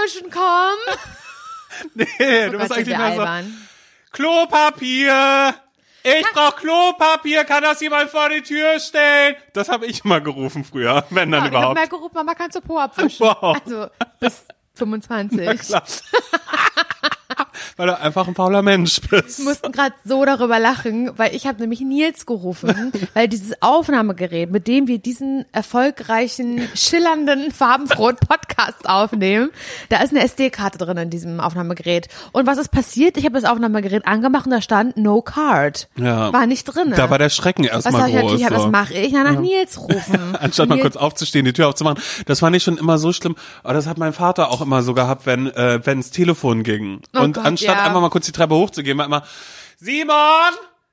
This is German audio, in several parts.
abwischen kommen? Nee, du bist eigentlich immer so, Klopapier! Ich brauch Klopapier, kann das jemand vor die Tür stellen? Das habe ich mal gerufen früher, wenn dann überhaupt. Ich habe mal gerufen, Mama, kannst du Po abwischen? Wow. Also bis 25. Na klar. Weil du einfach ein fauler Mensch bist. Wir mussten gerade so darüber lachen, weil ich habe nämlich Nils gerufen, weil dieses Aufnahmegerät, mit dem wir diesen erfolgreichen, schillernden, farbenfrohen Podcast aufnehmen, da ist eine SD-Karte drin in diesem Aufnahmegerät. Und was ist passiert? Ich habe das Aufnahmegerät angemacht und da stand No Card. Ja. War nicht drin. Da war der Schrecken erstmal groß. Was mache ich? Nach Nils rufen. Anstatt mal kurz aufzustehen, die Tür aufzumachen. Das war nicht schon immer so schlimm. Aber das hat mein Vater auch immer so gehabt, wenn ins Telefon ging. Oh Und Gott, anstatt ja. einfach mal kurz die Treppe hochzugehen, war immer Simon,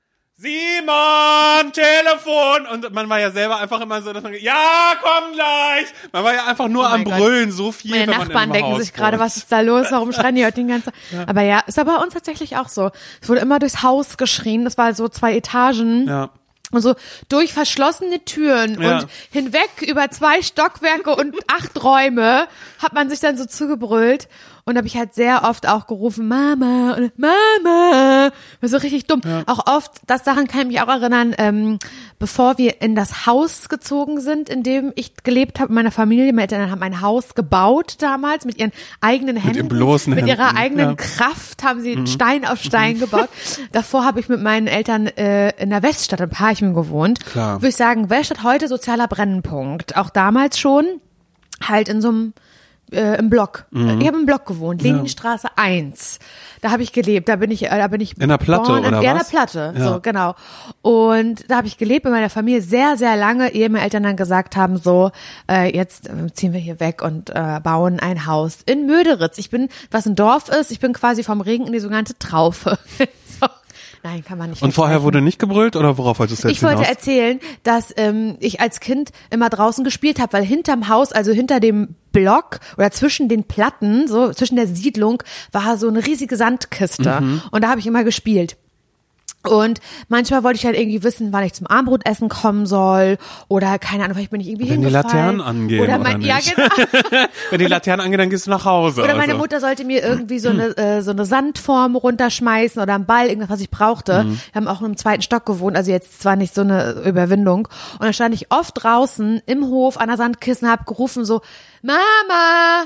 Telefon. Und man war ja selber einfach immer so, dass man, ja, komm gleich. Man war ja einfach nur am Brüllen, so viel. Meine wenn Nachbarn man denken sich gerade, was ist da los? Warum schreien die heute den ganzen Tag? Ja. Aber ja, ist aber bei uns tatsächlich auch so. Es wurde immer durchs Haus geschrien. Das war so 2 Etagen. Ja. Und so durch verschlossene Türen und hinweg über 2 Stockwerke und 8 Räume hat man sich dann so zugebrüllt. Und da habe ich halt sehr oft auch gerufen, Mama, und Mama. War so richtig dumm. Ja. Auch oft, daran kann ich mich auch erinnern, bevor wir in das Haus gezogen sind, in dem ich gelebt habe, meine Familie, meine Eltern haben ein Haus gebaut damals mit ihren eigenen Händen. Mit ihren bloßen Händen. Mit ihrer Händen. eigenen Kraft haben sie Stein auf Stein gebaut. Davor habe ich mit meinen Eltern in der Weststadt in Parchim gewohnt. Klar. Würde ich sagen, Weststadt heute sozialer Brennpunkt. Auch damals schon, halt in so einem im Block. Ich habe im Block gewohnt, Leninstraße 1. Da habe ich gelebt. Da bin ich in der Platte oder was? Ja, in der Platte, ja. so genau. Und da habe ich gelebt mit meiner Familie sehr, sehr lange, ehe meine Eltern dann gesagt haben, so jetzt ziehen wir hier weg und bauen ein Haus in Möderitz. Was ein Dorf ist. Ich bin quasi vom Regen in die sogenannte Traufe. So. Nein, kann man nicht. Und vorher wurde nicht gebrüllt oder worauf wolltest du jetzt hinaus? Ich wollte erzählen, dass ich als Kind immer draußen gespielt habe, weil hinterm Haus, also hinter dem Block oder zwischen den Platten, so zwischen der Siedlung, war so eine riesige Sandkiste. Und da habe ich immer gespielt. Und manchmal wollte ich halt irgendwie wissen, wann ich zum Abendbrotessen kommen soll oder keine Ahnung, vielleicht bin ich irgendwie hingefallen. Wenn die Laternen angehen oder nicht? Ja, genau. Wenn die Laternen angehen, dann gehst du nach Hause. Oder meine Mutter sollte mir irgendwie so eine Sandform runterschmeißen oder einen Ball, irgendwas, was ich brauchte. Wir haben auch im 2. Stock gewohnt, also jetzt zwar nicht so eine Überwindung. Und dann stand ich oft draußen im Hof an der Sandkiste und hab gerufen so, Mama,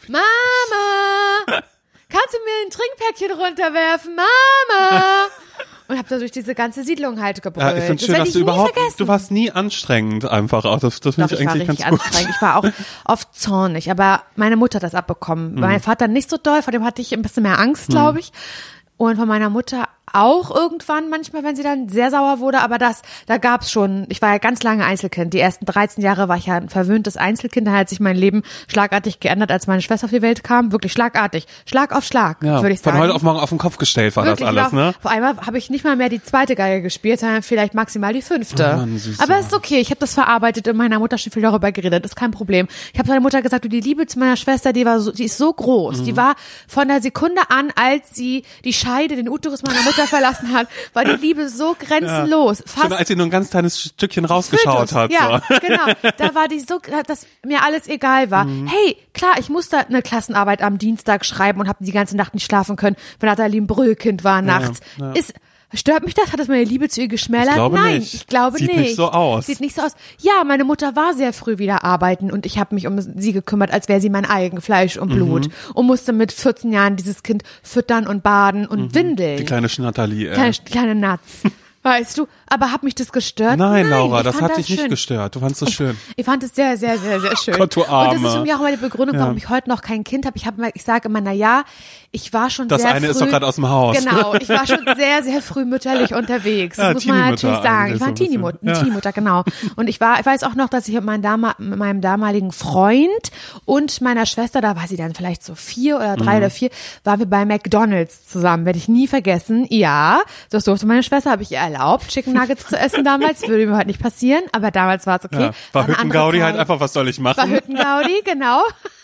Mama, kannst du mir ein Trinkpäckchen runterwerfen, Mama? Und hab da durch diese ganze Siedlung halt gebrüllt. Ja, ich finde schön, dass du warst nie anstrengend einfach auch. Das finde ich eigentlich ganz gut. Ich war auch oft zornig, aber meine Mutter hat das abbekommen. Mein Vater nicht so doll, vor dem hatte ich ein bisschen mehr Angst, glaube ich. Und von meiner Mutter auch irgendwann manchmal, wenn sie dann sehr sauer wurde, aber da gab's schon, ich war ja ganz lange Einzelkind. Die ersten 13 Jahre war ich ja ein verwöhntes Einzelkind, da hat sich mein Leben schlagartig geändert, als meine Schwester auf die Welt kam. Wirklich schlagartig. Schlag auf Schlag, würde ich sagen. Von heute auf morgen auf den Kopf gestellt war wirklich, das alles, ne? Vor einmal habe ich nicht mal mehr die 2. Geige gespielt, sondern vielleicht maximal die 5. Oh Mann, aber es ist okay, ich habe das verarbeitet, in meiner Mutter schon viel darüber geredet, ist kein Problem. Ich habe meiner Mutter gesagt, die Liebe zu meiner Schwester, die ist so groß. Die war von der Sekunde an, als sie die Scheide, den Uterus meiner Mutter verlassen hat, war die Liebe so grenzenlos. Ja. Schon als sie nur ein ganz kleines Stückchen rausgeschaut hat. Ja, so. Genau. Da war die so, dass mir alles egal war. Hey, klar, ich musste eine Klassenarbeit am Dienstag schreiben und habe die ganze Nacht nicht schlafen können, weil Nathalie ein Brüllkind war nachts. Ja. Stört mich das? Hat das meine Liebe zu ihr geschmälert? Nein, ich glaube nicht. Sieht nicht so aus. Sieht nicht so aus. Ja, meine Mutter war sehr früh wieder arbeiten und ich habe mich um sie gekümmert, als wäre sie mein Eigenfleisch und Blut und musste mit 14 Jahren dieses Kind füttern und baden und windeln. Die kleine Nathalie. Kleine Natz. Weißt du, aber hat mich das gestört? Nein, Laura, das hat dich nicht gestört. Du fandst es schön. Ich fand es sehr, sehr, sehr, sehr schön. Gott, du Arme. Und das ist für mich auch meine Begründung, warum ich heute noch kein Kind habe. Ich sage immer, ich war schon das sehr früh. Das eine ist doch gerade aus dem Haus. Genau, ich war schon sehr, sehr früh mütterlich unterwegs. Das muss man natürlich sagen. Ich war eine Teenie-Mutter, genau. Und ich weiß auch noch, dass ich mit meinem damaligen Freund und meiner Schwester, da war sie dann vielleicht so 4 oder 3 oder 4, waren wir bei McDonald's zusammen. Werde ich nie vergessen. Ja, das durfte meine Schwester, habe ich ihr erlaubt, Chicken Nuggets zu essen damals. Würde mir heute nicht passieren, aber damals war es okay. Ja, war Hüttengaudi halt einfach, was soll ich machen? War Hüttengaudi, genau.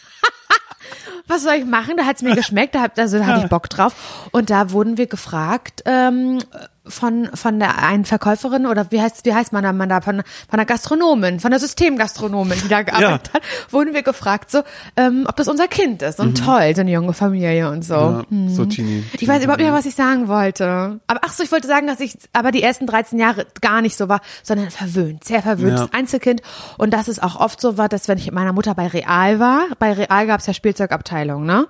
Was soll ich machen? Da hat's mir geschmeckt, da hatte ich Bock drauf. Und da wurden wir gefragt, von der einen Verkäuferin oder wie heißt man da von der Gastronomin, von der Systemgastronomin, die da gearbeitet hat, wurden wir gefragt, so, ob das unser Kind ist. Und toll, so eine junge Familie und so. Ja, so Teenie. Ich weiß überhaupt nicht mehr, was ich sagen wollte. Aber ich wollte sagen, dass ich aber die ersten 13 Jahre gar nicht so war, sondern sehr verwöhnt, Einzelkind. Und dass es auch oft so war, dass wenn ich mit meiner Mutter bei Real war, bei Real gab es ja Spielzeugabteilung, ne?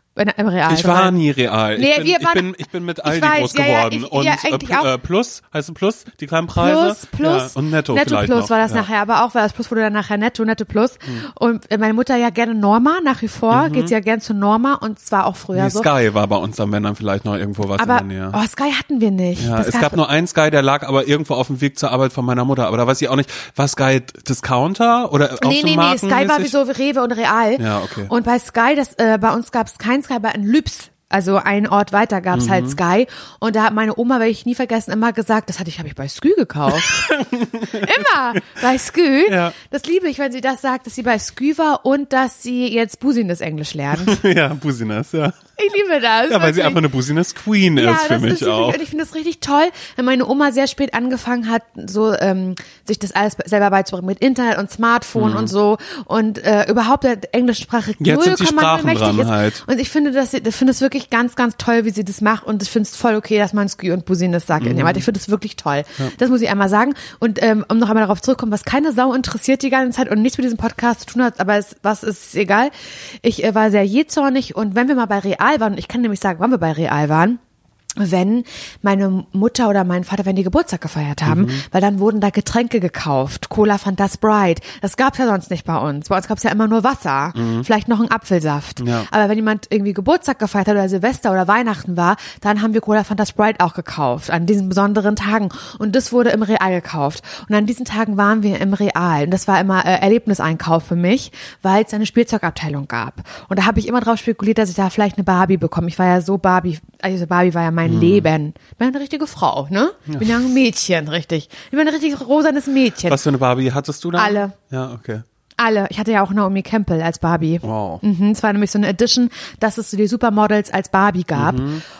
Im Real. Ich war nie real. Nee, ich bin mit Aldi groß geworden. Und Plus, heißt Plus, die kleinen Preise. Plus. Und Netto vielleicht Plus noch. War das nachher, aber auch, weil das Plus wurde dann nachher Netto Plus. Und meine Mutter ja gerne Norma, nach wie vor, geht sie ja gerne zu Norma und zwar auch früher so. Sky war bei uns dann, wenn dann vielleicht noch irgendwo was aber, in der Nähe. Oh, Sky hatten wir nicht. Ja, es gab nur einen Sky, der lag aber irgendwo auf dem Weg zur Arbeit von meiner Mutter. Aber da weiß ich auch nicht, war Sky Discounter oder auch Nee, Sky war wie so Rewe und Real. Ja, okay. Und bei Sky, bei uns gab es kein Sky, bei Lübs. Also ein Ort weiter gab's halt Sky und da hat meine Oma, werde ich nie vergessen, immer gesagt, habe ich bei Skü gekauft. Immer bei Skü. Ja. Das liebe ich, wenn sie das sagt, dass sie bei Skü war und dass sie jetzt Business Englisch lernt. Ja, Business, ja. Ich liebe das. Ja, weil sie einfach eine Business Queen ist für mich auch. Und ich finde das richtig toll, wenn meine Oma sehr spät angefangen hat, so sich das alles selber beizubringen mit Internet und Smartphone und so und überhaupt der Englischsprache jetzt sind die Sprachen dran halt. Und ich finde das wirklich ganz, ganz toll, wie sie das macht und ich finde es voll okay, dass man Skü und Business sagt. Ich finde das wirklich toll. Ja. Das muss ich einmal sagen. Und um noch einmal darauf zurückzukommen, was keine Sau interessiert die ganze Zeit und nichts mit diesem Podcast zu tun hat, aber was ist egal. Ich war sehr jähzornig und wenn wir mal bei Real waren, und ich kann nämlich sagen, wann wir bei Real waren, wenn meine Mutter oder mein Vater, wenn die Geburtstag gefeiert haben, weil dann wurden da Getränke gekauft, Cola, Fanta, Sprite. Das gab's ja sonst nicht bei uns. Bei uns gab's ja immer nur Wasser, vielleicht noch einen Apfelsaft. Ja. Aber wenn jemand irgendwie Geburtstag gefeiert hat oder Silvester oder Weihnachten war, dann haben wir Cola, Fanta, Sprite auch gekauft an diesen besonderen Tagen. Und das wurde im Real gekauft. Und an diesen Tagen waren wir im Real. Und das war immer Erlebniseinkauf für mich, weil es eine Spielzeugabteilung gab. Und da habe ich immer drauf spekuliert, dass ich da vielleicht eine Barbie bekomme. Ich war ja so Barbie war ja mein Leben. Ich bin eine richtige Frau, ne? Ich bin ja ein Mädchen, richtig. Ich bin ein richtig rosanes Mädchen. Was für eine Barbie hattest du da? Alle. Ja, okay. Alle. Ich hatte ja auch Naomi Campbell als Barbie. Wow. Es war nämlich so eine Edition, dass es so die Supermodels als Barbie gab.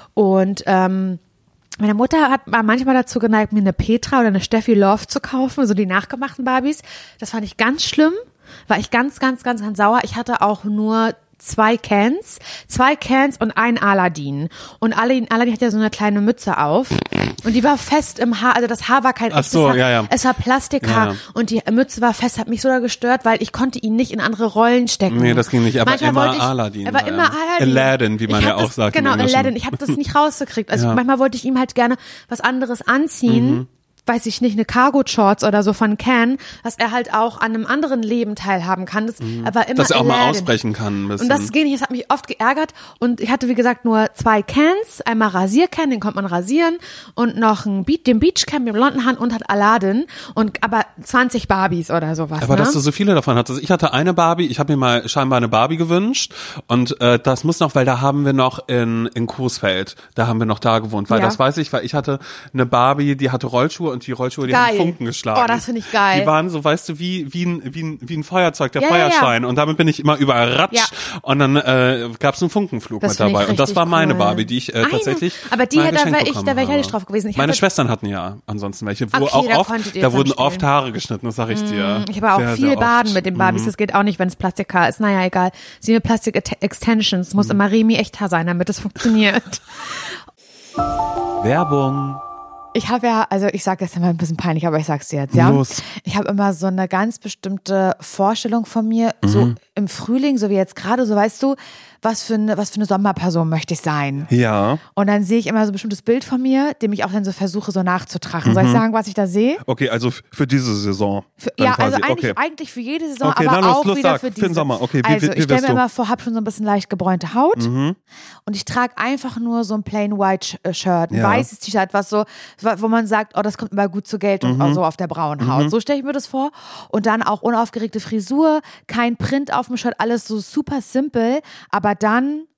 Und meine Mutter war manchmal dazu geneigt, mir eine Petra oder eine Steffi Love zu kaufen, so die nachgemachten Barbies. Das fand ich ganz schlimm. War ich ganz, ganz, ganz, ganz sauer. Ich hatte auch nur zwei Cans und ein Aladdin. Und Aladdin hat ja so eine kleine Mütze auf. Und die war fest im Haar, also das Haar war kein echtes Haar. Ja. Es war Plastikhaar. Ja. Und die Mütze war fest, hat mich so gestört, weil ich konnte ihn nicht in andere Rollen stecken. Nee, das ging nicht, aber immer Aladdin. Er war immer Aladdin. Aladdin, wie man ja auch sagt. Genau, Aladdin. Ich habe das nicht rausgekriegt. Also manchmal wollte ich ihm halt gerne was anderes anziehen. Weiß ich nicht, eine Cargo-Shorts oder so von Can, dass er halt auch an einem anderen Leben teilhaben kann. Er war immer dass er auch mal aussprechen kann. Ein bisschen. Und das ging nicht, das hat mich oft geärgert. Und ich hatte, wie gesagt, nur zwei Cans. Einmal Rasiercan, den konnte man rasieren. Und noch den Beach-Can mit dem blonden Haaren und hat Aladdin. Aber 20 Barbies oder sowas. Aber dass du so viele davon hattest. Ich hatte eine Barbie, ich habe mir mal scheinbar eine Barbie gewünscht. Und das muss noch, weil da haben wir noch in Coesfeld, da haben wir noch da gewohnt. Weil das weiß ich, weil ich hatte eine Barbie, die hatte Rollschuhe und die Rollschuhe, die haben Funken geschlagen. Oh, das finde ich geil. Die waren so, weißt du, wie ein Feuerzeug, der Feuerschein. Und damit bin ich immer überall und dann gab es einen Funkenflug mit dabei. Und das war meine Barbie, die ich tatsächlich aber die da wäre ich nicht drauf gewesen. Meine Schwestern hatten ja ansonsten welche, wo auch da wurden oft Haare geschnitten, das sag ich dir. Ich habe auch viel baden mit den Barbies, das geht auch nicht, wenn es Plastikhaar ist. Naja, egal. Sie haben Plastik-Extensions, muss immer Remi-Echthaar sein, damit es funktioniert. Werbung. Ich habe ja, also ich sage das immer ein bisschen peinlich, aber ich sag's dir jetzt, ja. Los. Ich habe immer so eine ganz bestimmte Vorstellung von mir, so im Frühling, so wie jetzt gerade, so weißt du, was für eine Sommerperson möchte ich sein. Ja. Und dann sehe ich immer so ein bestimmtes Bild von mir, dem ich auch dann so versuche, so nachzutragen. Soll ich sagen, was ich da sehe? Okay, also für diese Saison. Also eigentlich für jede Saison, okay, aber auch wieder für den Sommer. Okay, also ich stelle mir immer vor, habe schon so ein bisschen leicht gebräunte Haut und ich trage einfach nur so ein plain white Shirt, ein weißes T-Shirt, was so, wo man sagt, oh, das kommt immer gut zur Geltung, so auf der braunen Haut. So stelle ich mir das vor. Und dann auch unaufgeregte Frisur, kein Print auf dem Shirt, alles so super simpel, aber dann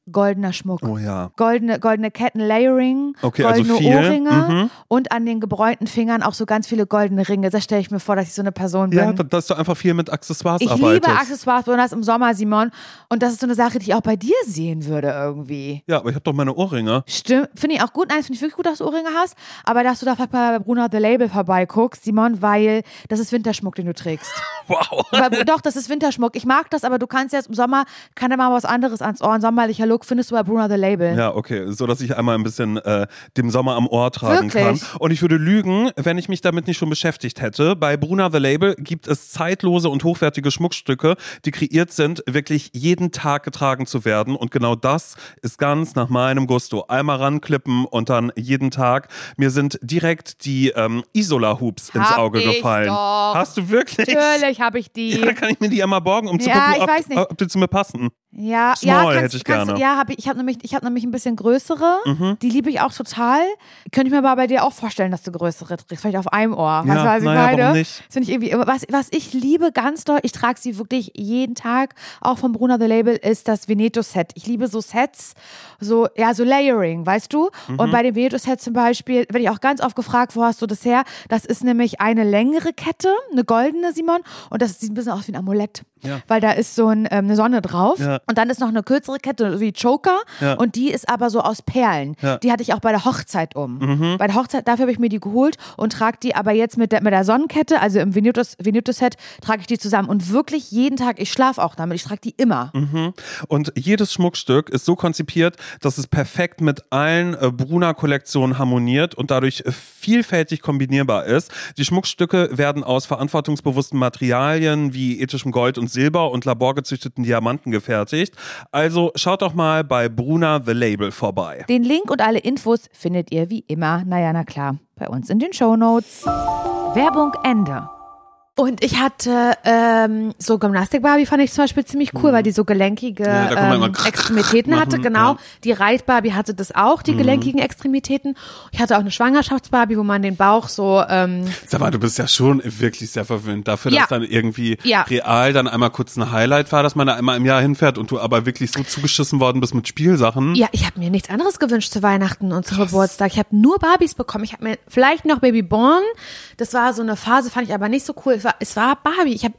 goldener Schmuck. Oh ja. Goldene Ketten, Layering, okay, goldene also viel. Ohrringe und an den gebräunten Fingern auch so ganz viele goldene Ringe. Das stelle ich mir vor, dass ich so eine Person bin. Ja, dass du einfach viel mit Accessoires ich arbeitest. Ich liebe Accessoires, besonders im Sommer, Simon. Und das ist so eine Sache, die ich auch bei dir sehen würde irgendwie. Ja, aber ich habe doch meine Ohrringe. Stimmt, finde ich auch gut. Nein, finde ich wirklich gut, dass du Ohrringe hast. Aber dass du da vielleicht mal bei Bruna The Label vorbeiguckst, Simon, weil das ist Winterschmuck, den du trägst. Wow. Doch, das ist Winterschmuck. Ich mag das, aber du kannst jetzt im Sommer, kann da mal was anderes ans Ohr. Ein sommerlicher Look findest du bei Bruna The Label. Ja, okay. So, dass ich einmal ein bisschen dem Sommer am Ohr tragen wirklich? kann. Und ich würde lügen, wenn ich mich damit nicht schon beschäftigt hätte. Bei Bruna The Label gibt es zeitlose und hochwertige Schmuckstücke, die kreiert sind, wirklich jeden Tag getragen zu werden. Und genau das ist ganz nach meinem Gusto. Einmal ranklippen und dann jeden Tag. Mir sind direkt die Isola-Hoops ins Auge gefallen. Doch. Hast du wirklich? Natürlich habe ich die. Ja, dann kann ich mir die einmal borgen, um zu gucken, ob die zu mir passen. Ja, Small hätte ich gerne. Ja, ich habe nämlich ein bisschen größere. Die liebe ich auch total. Könnte ich mir aber bei dir auch vorstellen, dass du größere trägst. Vielleicht auf einem Ohr. Ja, weißt du, was ich meine? Warum nicht? Das finde ich irgendwie, was ich liebe ganz doll, ich trage sie wirklich jeden Tag, auch vom Bruna The Label, ist das Veneto-Set. Ich liebe so Sets, so Layering, weißt du? Und bei dem Veneto-Set zum Beispiel, werde ich auch ganz oft gefragt, wo hast du das her? Das ist nämlich eine längere Kette, eine goldene, Simon, und das sieht ein bisschen aus wie ein Amulett. Ja. Weil da ist so eine Sonne drauf. Ja. Und dann ist noch eine kürzere Kette, wie Choker. Ja. Und die ist aber so aus Perlen. Ja. Die hatte ich auch bei der Hochzeit um. Bei der Hochzeit, dafür habe ich mir die geholt und trage die aber jetzt mit der Sonnenkette, also im Veneto-Set, trage ich die zusammen. Und wirklich jeden Tag, ich schlafe auch damit, ich trage die immer. Und jedes Schmuckstück ist so konzipiert, dass es perfekt mit allen Bruna-Kollektionen harmoniert und dadurch vielfältig kombinierbar ist. Die Schmuckstücke werden aus verantwortungsbewussten Materialien wie ethischem Gold und Silber und laborgezüchteten Diamanten gefertigt. Also schaut doch mal bei Bruna The Label vorbei. Den Link und alle Infos findet ihr wie immer, na klar, bei uns in den Shownotes. Werbung Ende. Und ich hatte so Gymnastik-Barbie fand ich zum Beispiel ziemlich cool, weil die so gelenkige Extremitäten hatte, genau. Ja. Die Reit-Barbie hatte das auch, die gelenkigen Extremitäten. Ich hatte auch eine Schwangerschafts-Barbie, wo man den Bauch so Sag mal, du bist ja schon wirklich sehr verwöhnt dafür, dass dann irgendwie real dann einmal kurz ein Highlight war, dass man da einmal im Jahr hinfährt und du aber wirklich so zugeschissen worden bist mit Spielsachen. Ja, ich habe mir nichts anderes gewünscht zu Weihnachten und zum Geburtstag. Ich habe nur Barbies bekommen. Ich habe mir vielleicht noch Babyborn, das war so eine Phase, fand ich aber nicht so cool. Es war Barbie. Ich habe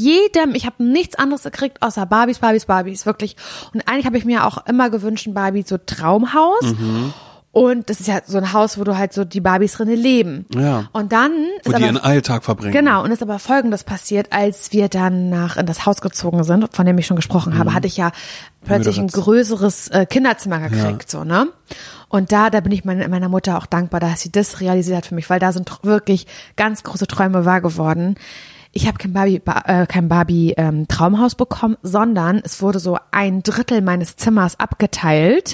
nichts anderes gekriegt, außer Barbies, wirklich. Und eigentlich habe ich mir auch immer gewünscht, ein Barbie so Traumhaus. Und das ist ja so ein Haus, wo du halt so die Barbies drinne leben. Ja. Und dann wo die ihren Alltag verbringen. Genau. Und ist aber Folgendes passiert, als wir dann in das Haus gezogen sind, von dem ich schon gesprochen habe, hatte ich ja plötzlich ein größeres Kinderzimmer gekriegt, so, ne? Und da bin ich meiner Mutter auch dankbar, dass sie das realisiert hat für mich, weil da sind wirklich ganz große Träume wahr geworden. Ich habe kein Barbie Traumhaus bekommen, sondern es wurde so 1/3 meines Zimmers abgeteilt.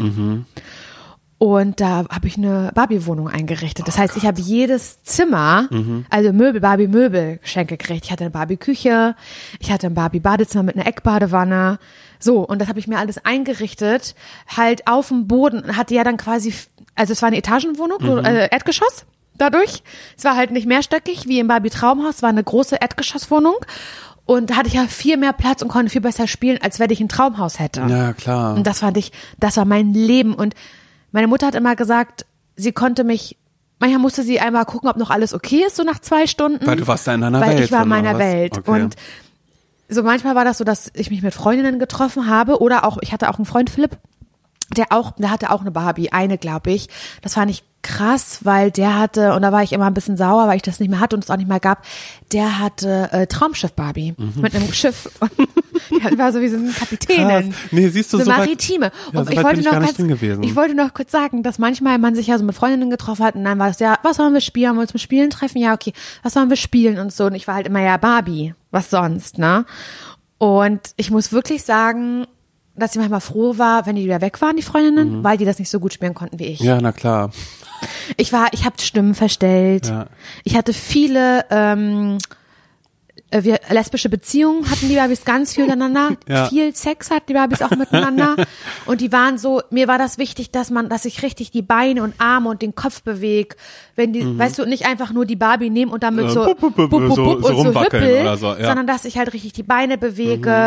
Und da habe ich eine Barbie-Wohnung eingerichtet. Das heißt, ich habe jedes Zimmer, also Barbie-Möbel geschenkt gekriegt. Ich hatte eine Barbie-Küche, ich hatte ein Barbie-Badezimmer mit einer Eckbadewanne. So, und das habe ich mir alles eingerichtet, halt auf dem Boden. Hatte ja dann quasi, also es war eine Etagenwohnung, Erdgeschoss dadurch. Es war halt nicht mehrstöckig wie im Barbie-Traumhaus, es war eine große Erdgeschosswohnung. Und da hatte ich ja viel mehr Platz und konnte viel besser spielen, als wenn ich ein Traumhaus hätte. Ja, klar. Und das war mein Leben. Und meine Mutter hat immer gesagt, manchmal musste sie einmal gucken, ob noch alles okay ist, so nach 2 Stunden. Weil du warst da in deiner Welt. Weil ich war in meiner Welt. Okay. Und so manchmal war das so, dass ich mich mit Freundinnen getroffen habe oder auch, ich hatte auch einen Freund, Philipp, der hatte auch eine Barbie, eine, glaube ich. Das fand ich krass, weil der hatte, und da war ich immer ein bisschen sauer, weil ich das nicht mehr hatte und es auch nicht mehr gab, der hatte Traumschiff-Barbie mit einem Schiff. Die war so wie so ein Kapitänin. Krass. Nee, siehst du, so maritime. Ja, und ich wollte noch kurz sagen, dass manchmal man sich ja so mit Freundinnen getroffen hat und dann war es ja, was wollen wir spielen? Wollen wir uns zum Spielen treffen? Ja, okay. Was wollen wir spielen? Und so. Und ich war halt immer ja Barbie. Was sonst, ne? Und ich muss wirklich sagen, dass ich manchmal froh war, wenn die wieder weg waren, die Freundinnen, weil die das nicht so gut spielen konnten wie ich. Ja, na klar. Ich habe Stimmen verstellt. Ja. Ich hatte viele lesbische Beziehungen, hatten die Babys ganz viel miteinander. Ja. Viel Sex hatten die Babys auch miteinander. Und die waren so, mir war das wichtig, dass ich richtig die Beine und Arme und den Kopf bewege. Wenn die, weißt du, nicht einfach nur die Barbie nehmen und damit so hüppel, oder so, ja. Sondern dass ich halt richtig die Beine bewege.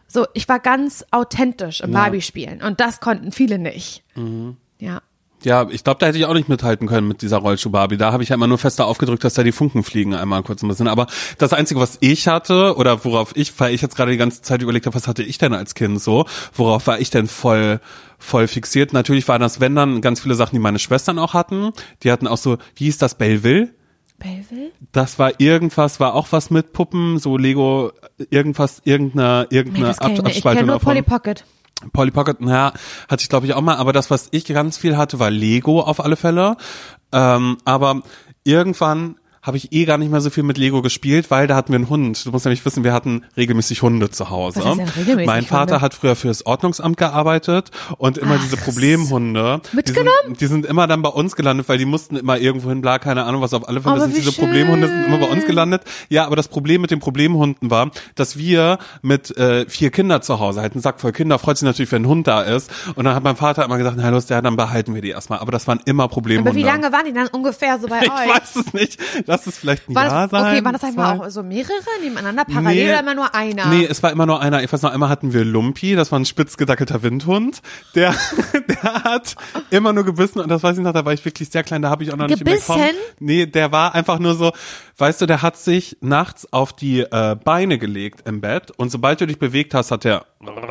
so, ich war ganz authentisch im Barbie-Spielen und das konnten viele nicht. Ja. Ja, ich glaube, da hätte ich auch nicht mithalten können mit dieser Rollschuh-Barbie. Da habe ich ja immer nur fester aufgedrückt, dass da die Funken fliegen einmal kurz ein bisschen. Aber das Einzige, was ich hatte oder weil ich jetzt gerade die ganze Zeit überlegt habe, was hatte ich denn als Kind so? Worauf war ich denn voll fixiert? Natürlich waren das, wenn dann, ganz viele Sachen, die meine Schwestern auch hatten. Die hatten auch so, wie hieß das, Belleville? Belleville? Das war auch was mit Puppen, so Lego, irgendeine Abspaltung ich kenne nur Polly Pocket. Polly Pocket, hatte ich glaube ich auch mal, aber das, was ich ganz viel hatte, war Lego auf alle Fälle. Aber irgendwann habe ich gar nicht mehr so viel mit Lego gespielt, weil da hatten wir einen Hund. Du musst nämlich wissen, wir hatten regelmäßig Hunde zu Hause. Was ist denn regelmäßig mein Vater Hunde? hat früher fürs Ordnungsamt gearbeitet und immer diese Problemhunde. Mitgenommen? Die sind immer dann bei uns gelandet, weil die mussten immer irgendwo hin, bla, keine Ahnung was, auf alle Fälle sind diese Problemhunde sind immer bei uns gelandet. Ja, aber das Problem mit den Problemhunden war, dass wir mit 4 Kindern zu Hause halt einen Sack voll Kinder, freut sich natürlich, wenn ein Hund da ist. Und dann hat mein Vater immer gesagt, na los, dann behalten wir die erstmal. Aber das waren immer Problemhunde. Aber wie lange waren die dann ungefähr so bei euch? Ich weiß es nicht. Lass es vielleicht ein Jahr sein. Okay, waren das einfach auch so mehrere nebeneinander parallel oder immer nur einer? Nee, es war immer nur einer. Ich weiß noch, einmal hatten wir Lumpi, das war ein spitz gedackelter Windhund. Der hat immer nur gebissen und das weiß ich noch, da war ich wirklich sehr klein, da habe ich auch noch nicht gebissen? Nee, der war einfach nur so, weißt du, der hat sich nachts auf die Beine gelegt im Bett und sobald du dich bewegt hast, hat der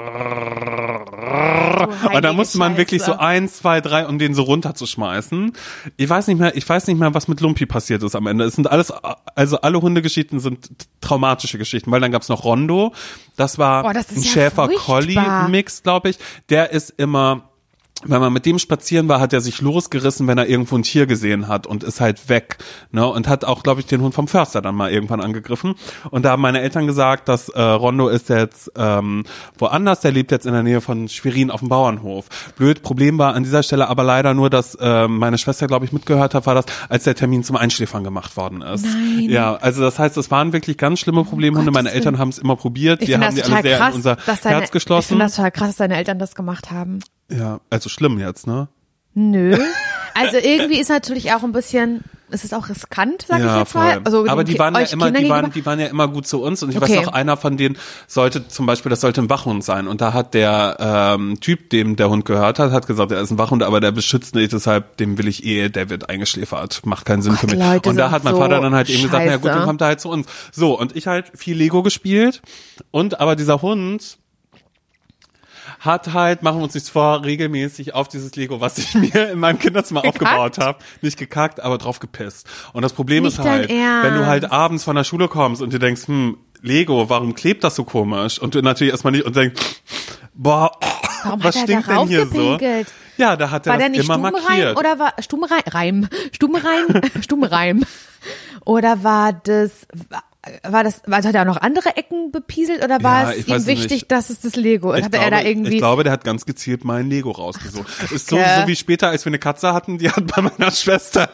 und da musste man wirklich so 1, 2, 3, um den so runterzuschmeißen. Ich weiß nicht mehr, was mit Lumpi passiert ist am Ende. Es sind alle Hundegeschichten sind traumatische Geschichten, weil dann gab's noch Rondo. Das war ein Schäfer-Collie-Mix, glaube ich. Der ist immer, wenn man mit dem spazieren war, hat er sich losgerissen, wenn er irgendwo ein Tier gesehen hat und ist halt weg, ne, und hat auch, glaube ich, den Hund vom Förster dann mal irgendwann angegriffen. Und da haben meine Eltern gesagt, dass Rondo ist jetzt woanders, der lebt jetzt in der Nähe von Schwerin auf dem Bauernhof. Problem war an dieser Stelle aber leider nur, dass meine Schwester, glaube ich, mitgehört hat, war das, als der Termin zum Einschläfern gemacht worden ist. Nein. Ja, also das heißt, es waren wirklich ganz schlimme Problemhunde. Meine Eltern haben es immer probiert. Wir haben die alle sehr in unser Herz geschlossen. Ich finde das total krass, dass deine Eltern das gemacht haben. Ja, also schlimm jetzt, ne? Nö. Also irgendwie ist natürlich auch ein bisschen, es ist auch riskant, sag ich jetzt mal. Also aber die waren ja immer gut zu uns und ich weiß auch, einer von denen sollte ein Wachhund sein und da hat der Typ, dem der Hund gehört hat gesagt, er ist ein Wachhund, aber der beschützt nicht, deshalb dem will ich der wird eingeschläfert, macht keinen Sinn für mich. Leute, und da hat mein Vater dann halt eben gesagt, na gut, dann kommt er halt zu uns. So, und ich halt viel Lego gespielt und aber dieser Hund hat halt, machen wir uns nichts vor, regelmäßig auf dieses Lego, was ich mir in meinem Kinderzimmer aufgebaut habe, nicht gekackt, aber drauf gepisst. Und das Problem ist halt, wenn du halt abends von der Schule kommst und dir denkst, Lego, warum klebt das so komisch? Und du natürlich erstmal nicht und denkst, boah, was stinkt denn hier so? Ja, da hat er das immer markiert. Oder war Stummreim? Oder also hat er auch noch andere Ecken bepieselt oder war es ihm wichtig, dass es das Lego ist? Ich glaube, der hat ganz gezielt mein Lego rausgesucht. Ist so wie später, als wir eine Katze hatten, die hat bei meiner Schwester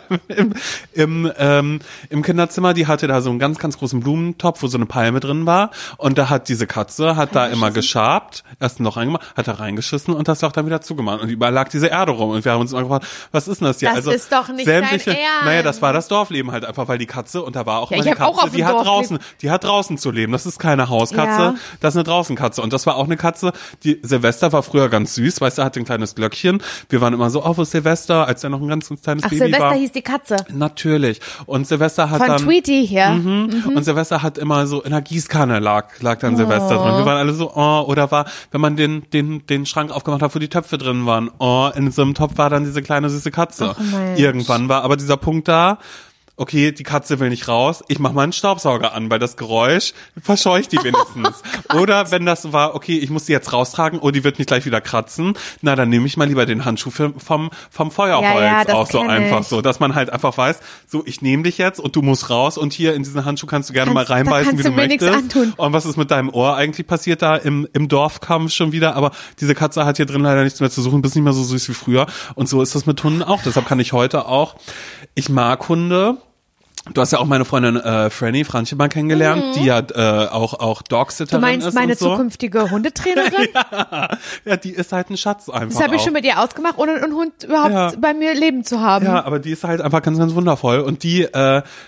im Kinderzimmer, die hatte da so einen ganz, ganz großen Blumentopf, wo so eine Palme drin war und da hat diese Katze, da immer geschabt, erst ein Loch reingemacht, hat da reingeschissen und das Loch dann wieder zugemacht und überall lag diese Erde rum und wir haben uns immer gefragt, was ist denn das hier? Das ist doch nicht dein Ernst. Naja, das war das Dorfleben halt einfach, weil die Katze, und da war auch immer eine Katze, die hat draußen zu leben. Das ist keine Hauskatze, das ist eine Draußenkatze. Und das war auch eine Katze, die Silvester war früher ganz süß, weißt du, hatte ein kleines Glöckchen. Wir waren immer so, wo ist Silvester, als er noch ein ganz, ganz kleines Baby Silvester war. Silvester hieß die Katze. Natürlich. Und Silvester hat von Tweety hier. Und Silvester hat immer so, in der Gießkanne lag dann Silvester drin. Wir waren alle so, oder war, wenn man den Schrank aufgemacht hat, wo die Töpfe drin waren, in so einem Topf war dann diese kleine süße Katze. Irgendwann war aber dieser Punkt da, okay, die Katze will nicht raus, ich mach mal einen Staubsauger an, weil das Geräusch verscheucht die wenigstens. Oder wenn das war, okay, ich muss die jetzt raustragen, die wird mich gleich wieder kratzen, na, dann nehme ich mal lieber den Handschuh vom Feuerholz auch so einfach so, dass man halt einfach weiß, so, ich nehme dich jetzt und du musst raus und hier in diesen Handschuh kannst du gerne mal reinbeißen, wie du möchtest. Antun. Und was ist mit deinem Ohr eigentlich passiert da im Dorfkampf schon wieder? Aber diese Katze hat hier drin leider nichts mehr zu suchen, bist nicht mehr so süß wie früher. Und so ist das mit Hunden auch. Deshalb kann ich heute auch, ich mag Hunde. Du hast ja auch meine Freundin Franchi mal kennengelernt, die ja auch Dogsitterin ist. Du meinst meine zukünftige Hundetrainerin? Ja, die ist halt ein Schatz einfach. Das habe ich schon mit ihr ausgemacht, ohne einen Hund überhaupt bei mir leben zu haben. Ja, aber die ist halt einfach ganz, ganz wundervoll. Und die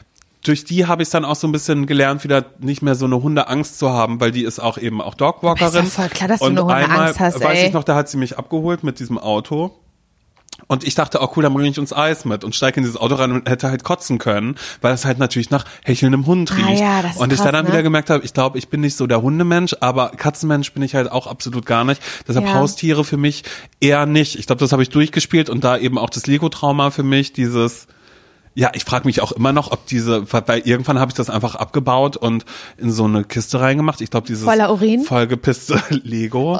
durch die habe ich dann auch so ein bisschen gelernt, wieder nicht mehr so eine Hundeangst zu haben, weil die ist auch eben auch Dogwalkerin. Ist ja voll klar, dass du eine Hundeangst hast, ey. Weiß ich noch, da hat sie mich abgeholt mit diesem Auto. Und ich dachte, oh cool, dann bringe ich uns Eis mit und steige in dieses Auto rein und hätte halt kotzen können, weil das halt natürlich nach hechelndem Hund riecht. Ja, das ist und ich krass, dann wieder gemerkt habe, ich glaube, ich bin nicht so der Hundemensch, aber Katzenmensch bin ich halt auch absolut gar nicht. Deshalb Haustiere für mich eher nicht. Ich glaube, das habe ich durchgespielt und da eben auch das Lego-Trauma für mich, dieses, ja, ich frage mich auch immer noch, ob weil irgendwann habe ich das einfach abgebaut und in so eine Kiste reingemacht. Ich glaube, dieses voller Urin, vollgepisste Lego.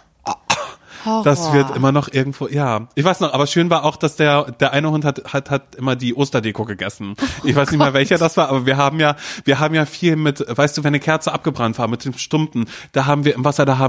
Horror. Das wird immer noch irgendwo, ja. Ich weiß noch, aber schön war auch, dass der eine Hund hat immer die Osterdeko gegessen. Ich weiß nicht mal, welcher das war, aber wir haben ja viel mit, weißt du, wenn eine Kerze abgebrannt war mit den Stumpen, da haben wir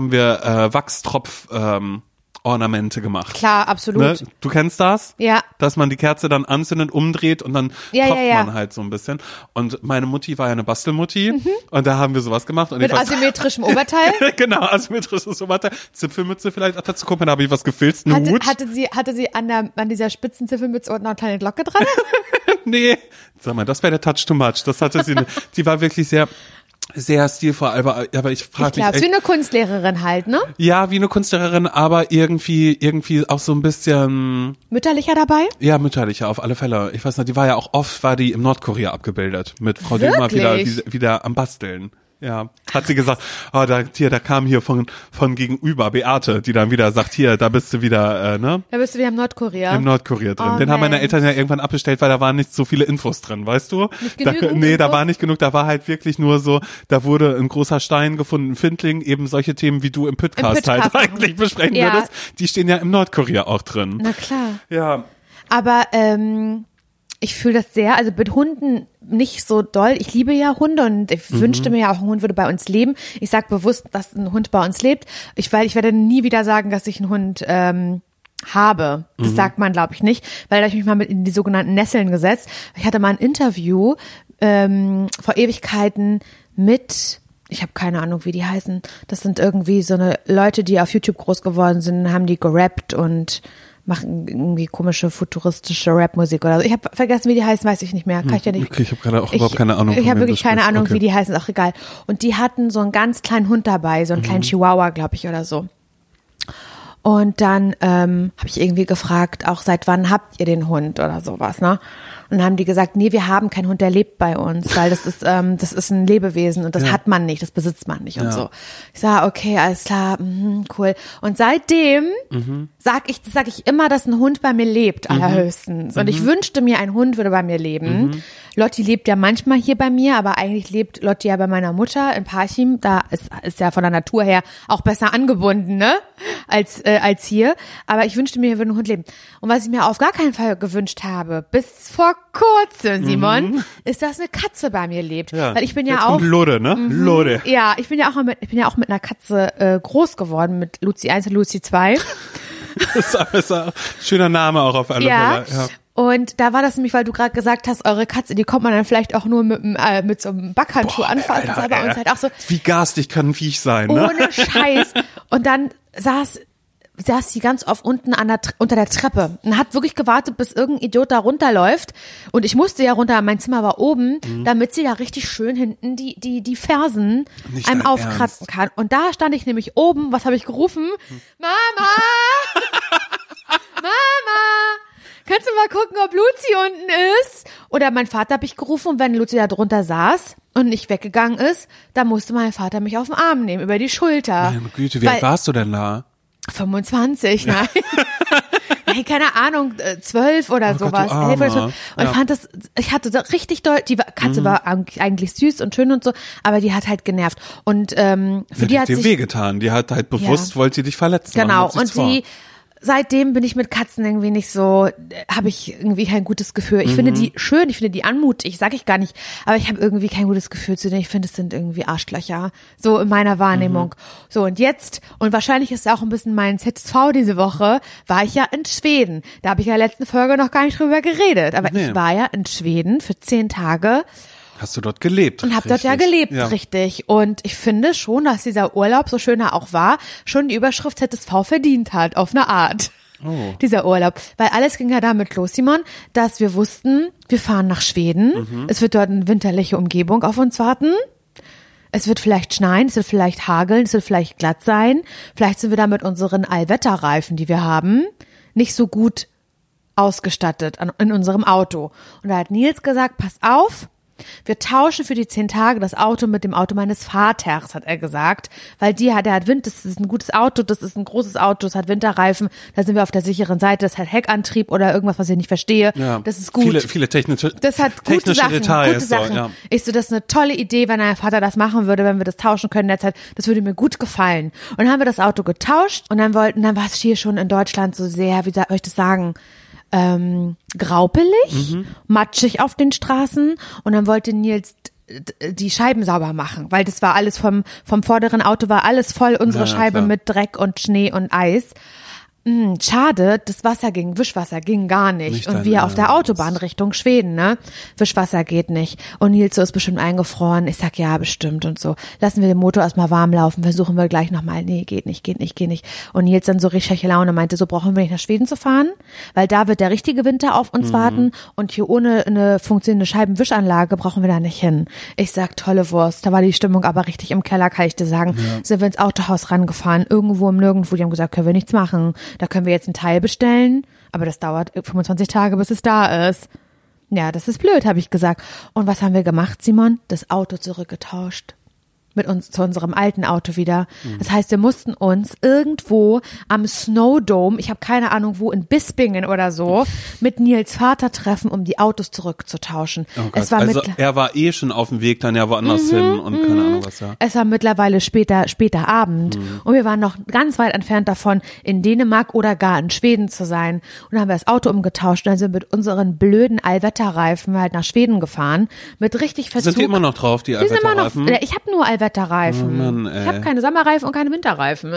Wachstropf, Ornamente gemacht. Klar, absolut. Ne? Du kennst das? Ja. Dass man die Kerze dann anzündet, umdreht und dann tropft man halt so ein bisschen. Und meine Mutti war ja eine Bastelmutti und da haben wir sowas gemacht. Und mit asymmetrischem Oberteil? Genau, asymmetrisches Oberteil. Zipfelmütze vielleicht auch dazu. Guck mal, da habe ich was gefilzt, einen Hut. Hatte sie an dieser spitzen Zipfelmütze unten noch eine kleine Glocke dran? Nee. Sag mal, das wäre der Touch too much. Das hatte sie nicht. Die war wirklich sehr stilvoll, aber ich frage mich echt. Wie eine Kunstlehrerin halt, ne? Ja, wie eine Kunstlehrerin, aber irgendwie auch so ein bisschen mütterlicher dabei? Ja, mütterlicher, auf alle Fälle. Ich weiß nicht, die war die im Nordkorea abgebildet, mit Frau Dilma wieder am Basteln. Ja, hat sie gesagt, da kam hier von gegenüber Beate, die dann wieder sagt, hier, da bist du wieder, ne? Da bist du wieder im Nordkorea. Im Nordkorea drin. Den haben meine Eltern ja irgendwann abbestellt, weil da waren nicht so viele Infos drin, weißt du? Nicht genügend da war nicht genug, da war halt wirklich nur so, da wurde ein großer Stein gefunden, ein Findling, eben solche Themen, wie du im Podcast halt eigentlich besprechen würdest, die stehen ja im Nordkorea auch drin. Na klar. Ja. Aber, ich fühle das sehr, also mit Hunden nicht so doll. Ich liebe ja Hunde und ich wünschte mir ja auch, ein Hund würde bei uns leben. Ich sage bewusst, dass ein Hund bei uns lebt. Ich werde nie wieder sagen, dass ich einen Hund habe. Das sagt man, glaube ich, nicht, weil da habe ich mich mal in die sogenannten Nesseln gesetzt. Ich hatte mal ein Interview vor Ewigkeiten mit, ich habe keine Ahnung, wie die heißen. Das sind irgendwie so eine Leute, die auf YouTube groß geworden sind, haben die gerappt und machen irgendwie komische futuristische Rap-Musik oder so. Ich habe vergessen, wie die heißen, weiß ich nicht mehr. Kann ich ja nicht. Okay, ich habe gerade auch überhaupt keine Ahnung. Ich habe wirklich keine Ahnung, wie die heißen, ist auch egal. Und die hatten so einen ganz kleinen Hund dabei, so einen kleinen Chihuahua, glaube ich, oder so. Und dann habe ich irgendwie gefragt, auch seit wann habt ihr den Hund oder sowas, ne? Und dann haben die gesagt, nee, wir haben keinen Hund, der lebt bei uns, weil das ist ein Lebewesen und das hat man nicht, das besitzt man nicht und so. Ich sage, okay, alles klar, cool. Und seitdem sag ich immer, dass ein Hund bei mir lebt, allerhöchstens. Und ich wünschte mir, ein Hund würde bei mir leben. Lotti lebt ja manchmal hier bei mir, aber eigentlich lebt Lotti ja bei meiner Mutter in Parchim. Da ist ja von der Natur her auch besser angebunden, ne? Als hier. Aber ich wünschte mir, hier würde ein Hund leben. Und was ich mir auf gar keinen Fall gewünscht habe, bis vor kurzem, Simon, ist, dass eine Katze bei mir lebt. Ja. Weil ich bin ja auch Lode, ne? Lode. Ja, ich bin ja auch mit einer Katze groß geworden, mit Luzi 1 und Luzi 2. Das ist ein schöner Name auch auf alle Fälle. Ja. Und da war das nämlich, weil du gerade gesagt hast, eure Katze, die kommt man dann vielleicht auch nur mit so einem Backhandschuh anfassen. Das war bei uns halt auch so. Wie garstig kann ein Viech sein, ne? Ohne Scheiß. Und dann saß sie ganz oft unten unter der Treppe und hat wirklich gewartet, bis irgendein Idiot da runterläuft. Und ich musste ja runter, mein Zimmer war oben, damit sie da richtig schön hinten die Fersen Nicht einem aufkratzen kann. Und da stand ich nämlich oben, was habe ich gerufen? Mama! Mama! Kannst du mal gucken, ob Luzi unten ist? Oder mein Vater habe ich gerufen und wenn Luzi da drunter saß und nicht weggegangen ist, dann musste mein Vater mich auf den Arm nehmen, über die Schulter. Meine Güte, wie alt warst du denn da? 25, nein. Hey, keine Ahnung, 12 oder sowas. Gott, 11 oder so. Und ich hatte da richtig doll, die Katze war eigentlich süß und schön und so, aber die hat halt genervt. Und für die hat dir sich wehgetan. Die hat halt bewusst, wollte sie dich verletzen. Genau. Und seitdem bin ich mit Katzen irgendwie nicht so, habe ich irgendwie kein gutes Gefühl. Ich finde die schön, ich finde die anmutig, sag ich gar nicht, aber ich habe irgendwie kein gutes Gefühl zu denen. Ich finde, es sind irgendwie Arschlöcher, so in meiner Wahrnehmung. So, und jetzt, und wahrscheinlich ist auch ein bisschen mein ZSV diese Woche, war ich ja in Schweden. Da habe ich ja in der letzten Folge noch gar nicht drüber geredet, aber ich war ja in Schweden für 10 Tage. Hast du dort gelebt? Und habe dort ja gelebt, richtig. Und ich finde schon, dass dieser Urlaub, so schön er auch war, schon die Überschrift ZSV verdient hat, auf eine Art. dieser Urlaub. Weil alles ging ja damit los, Simon, dass wir wussten, wir fahren nach Schweden. Es wird dort eine winterliche Umgebung auf uns warten. Es wird vielleicht schneien, es wird vielleicht hageln, es wird vielleicht glatt sein. Vielleicht sind wir da mit unseren Allwetterreifen, die wir haben, nicht so gut ausgestattet in unserem Auto. Und da hat Nils gesagt, pass auf, wir tauschen für die 10 Tage das Auto mit dem Auto meines Vaters, hat er gesagt, weil der hat Wind, das ist ein gutes Auto, das ist ein großes Auto, das hat Winterreifen, da sind wir auf der sicheren Seite, das hat Heckantrieb oder irgendwas, was ich nicht verstehe, das ist gut. Viele technische Details. Gute Sachen. Ja. Ich so, das ist eine tolle Idee, wenn mein Vater das machen würde, wenn wir das tauschen können in der Zeit, das würde mir gut gefallen. Und dann haben wir das Auto getauscht und dann war es hier schon in Deutschland so sehr, wie soll ich das sagen, graupelig, matschig auf den Straßen und dann wollte Nils die Scheiben sauber machen, weil das war alles vom vorderen Auto war alles voll, unsere Scheibe klar. Mit Dreck und Schnee und Eis. Schade, Wischwasser ging gar nicht. Und wir auf der Autobahn Richtung Schweden, ne? Wischwasser geht nicht. Und Nils so ist bestimmt eingefroren. Ich sag, ja, bestimmt und so. Lassen wir den Motor erstmal warm laufen, versuchen wir gleich nochmal. Nee, geht nicht. Und Nils dann so richtig schlechte Laune meinte, so brauchen wir nicht nach Schweden zu fahren, weil da wird der richtige Winter auf uns warten und hier ohne eine funktionierende Scheibenwischanlage brauchen wir da nicht hin. Ich sag, tolle Wurst. Da war die Stimmung aber richtig im Keller, kann ich dir sagen. Sind wir ins Autohaus rangefahren, irgendwo im Nirgendwo. Die haben gesagt, können wir nichts machen. Da können wir jetzt ein Teil bestellen, aber das dauert 25 Tage, bis es da ist. Ja, das ist blöd, habe ich gesagt. Und was haben wir gemacht, Simon? Das Auto zurückgetauscht. Mit uns zu unserem alten Auto wieder. Das heißt, wir mussten uns irgendwo am Snowdome, ich habe keine Ahnung wo, in Bispingen oder so, mit Nils Vater treffen, um die Autos zurückzutauschen. Oh Gott. Also er war schon auf dem Weg dann ja woanders hin und keine Ahnung was, ja. Es war mittlerweile später Abend und wir waren noch ganz weit entfernt davon, in Dänemark oder gar in Schweden zu sein. Und dann haben wir das Auto umgetauscht und dann sind wir mit unseren blöden Allwetterreifen halt nach Schweden gefahren. Mit richtig Verzug. Sind die immer noch drauf, die Allwetterreifen? Ich habe nur Allwetterreifen. Oh Mann, ich habe keine Sommerreifen und keine Winterreifen.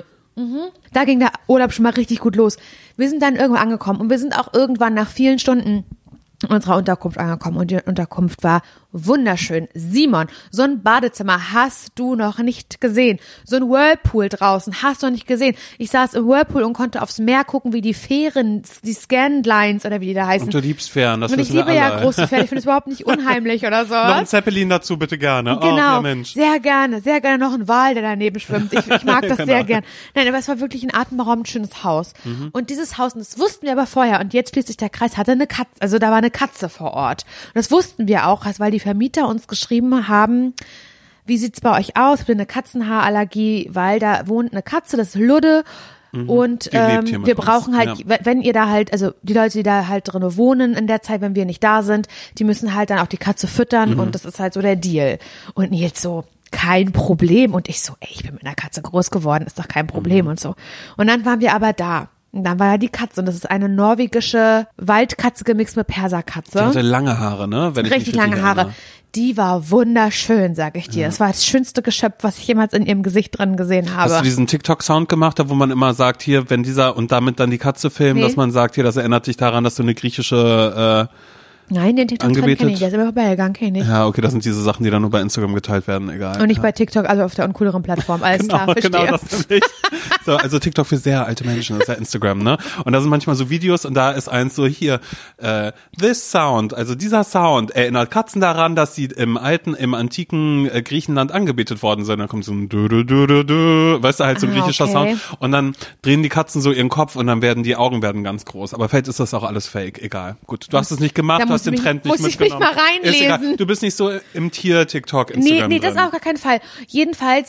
Da ging der Urlaub schon mal richtig gut los. Wir sind dann irgendwann angekommen und wir sind auch irgendwann nach vielen Stunden unserer Unterkunft angekommen und die Unterkunft war wunderschön. Simon, so ein Badezimmer hast du noch nicht gesehen. So ein Whirlpool draußen hast du noch nicht gesehen. Ich saß im Whirlpool und konnte aufs Meer gucken, wie die Fähren, die Scanlines oder wie die da heißen. Und du liebst Fähren, das und wissen wir alle. Ich liebe ja große Fähren, ich finde es überhaupt nicht unheimlich oder so. Noch ein Zeppelin dazu bitte gerne. Genau, ja, Mensch. sehr gerne noch ein Wal, der daneben schwimmt. Ich mag das sehr gern. Nein, aber es war wirklich ein atemberaubend schönes Haus. Und dieses Haus, und das wussten wir aber vorher, und jetzt schließt sich der Kreis, hatte eine Katze, also da war eine Katze vor Ort. Und das wussten wir auch, weil die Vermieter uns geschrieben haben, wie sieht's bei euch aus? Habt ihr eine Katzenhaarallergie? Weil da wohnt eine Katze, das ist Ludde. Und wir brauchen halt, wenn ihr da halt, also die Leute, die da halt drin wohnen in der Zeit, wenn wir nicht da sind, die müssen halt dann auch die Katze füttern und das ist halt so der Deal. Und Nils so, kein Problem. Und ich so, ey, ich bin mit einer Katze groß geworden, ist doch kein Problem und so. Und dann waren wir aber da. Und dann war da die Katze und das ist eine norwegische Waldkatze gemixt mit Perserkatze. Die hatte lange Haare, ne? Wenn richtig lange Haare. Die war wunderschön, sag ich dir. Ja. Das war das schönste Geschöpf, was ich jemals in ihrem Gesicht drin gesehen habe. Hast du diesen TikTok-Sound gemacht, wo man immer sagt, hier, wenn dieser und damit dann die Katze filmen, dass man sagt, hier, das erinnert dich daran, dass du eine griechische Nein, den TikTok-Trend kenne ich, der ist immer vorbeigegangen, kenne ich. Ja, okay, das sind diese Sachen, die dann nur bei Instagram geteilt werden, egal. Und nicht bei TikTok, also auf der uncooleren Plattform, alles klar, verstehe. Genau, das nämlich. So, also TikTok für sehr alte Menschen, das ist ja Instagram, ne? Und da sind manchmal so Videos und da ist eins so hier, this sound, also dieser Sound erinnert Katzen daran, dass sie im antiken Griechenland angebetet worden sind. Dann kommt so ein weißt du, halt so ein griechischer Sound. Und dann drehen die Katzen so ihren Kopf und dann die Augen werden ganz groß. Aber vielleicht ist das auch alles fake, egal. Gut, du hast es nicht gemacht, du hast den Trend nicht mitgenommen. Muss ich mich mal reinlesen. Du bist nicht so im Tier-TikTok-Instagram Nee, das auf gar keinen Fall. Jedenfalls,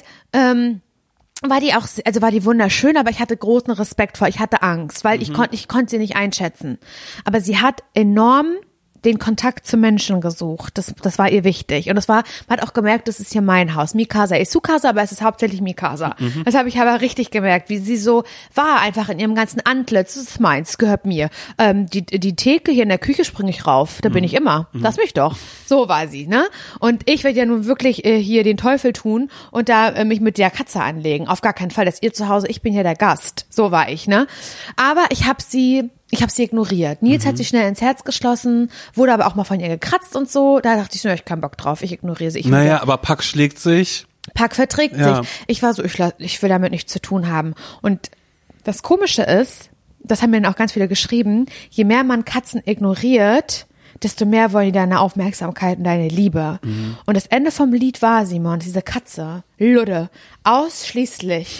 war die wunderschön, aber ich hatte großen Respekt vor, ich hatte Angst, weil ich konnte sie nicht einschätzen. Aber sie hat enorm den Kontakt zu Menschen gesucht. Das war ihr wichtig. Und man hat auch gemerkt, das ist hier mein Haus. Mikasa ist Sukasa, aber es ist hauptsächlich Mikasa. Das habe ich aber richtig gemerkt, wie sie so war, einfach in ihrem ganzen Antlitz. Das ist meins, das gehört mir. Die Theke hier in der Küche springe ich rauf. Da bin ich immer. Lass mich doch. So war sie, ne? Und ich werde ja nun wirklich hier den Teufel tun und da mich mit der Katze anlegen. Auf gar keinen Fall. Das ist ihr Zuhause, ich bin ja der Gast. So war ich, ne? Aber ich habe sie ignoriert. Nils hat sich schnell ins Herz geschlossen, wurde aber auch mal von ihr gekratzt und so. Da dachte ich so, ich hab keinen Bock drauf, ich ignoriere sie. Naja, aber Pack schlägt sich. Pack verträgt sich. Ich war so, ich will damit nichts zu tun haben. Und das Komische ist, das haben mir dann auch ganz viele geschrieben, je mehr man Katzen ignoriert, desto mehr wollen die deine Aufmerksamkeit und deine Liebe. Und das Ende vom Lied war, Simon, diese Katze, Ludde, ausschließlich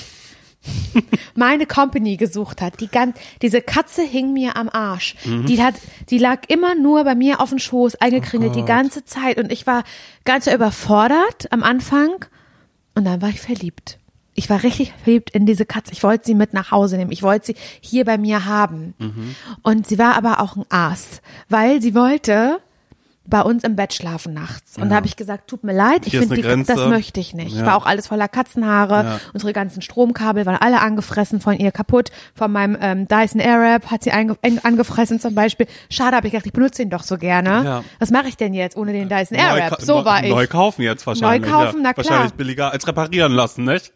meine Company gesucht hat. Diese Katze hing mir am Arsch. Die lag immer nur bei mir auf dem Schoß, eingekringelt die ganze Zeit. Und ich war ganz überfordert am Anfang. Und dann war ich verliebt. Ich war richtig verliebt in diese Katze. Ich wollte sie mit nach Hause nehmen. Ich wollte sie hier bei mir haben. Und sie war aber auch ein Aas, weil sie wollte bei uns im Bett schlafen nachts. Und da habe ich gesagt, tut mir leid, ich finde, das möchte ich nicht. War auch alles voller Katzenhaare. Unsere ganzen Stromkabel waren alle angefressen von ihr, kaputt. Von meinem Dyson Airwrap hat sie angefressen zum Beispiel. Schade, habe ich gedacht, ich benutze ihn doch so gerne. Was mache ich denn jetzt ohne den Dyson Airwrap? So war ich. Neu kaufen jetzt wahrscheinlich. Neu kaufen, na klar. Wahrscheinlich billiger als reparieren lassen, nicht?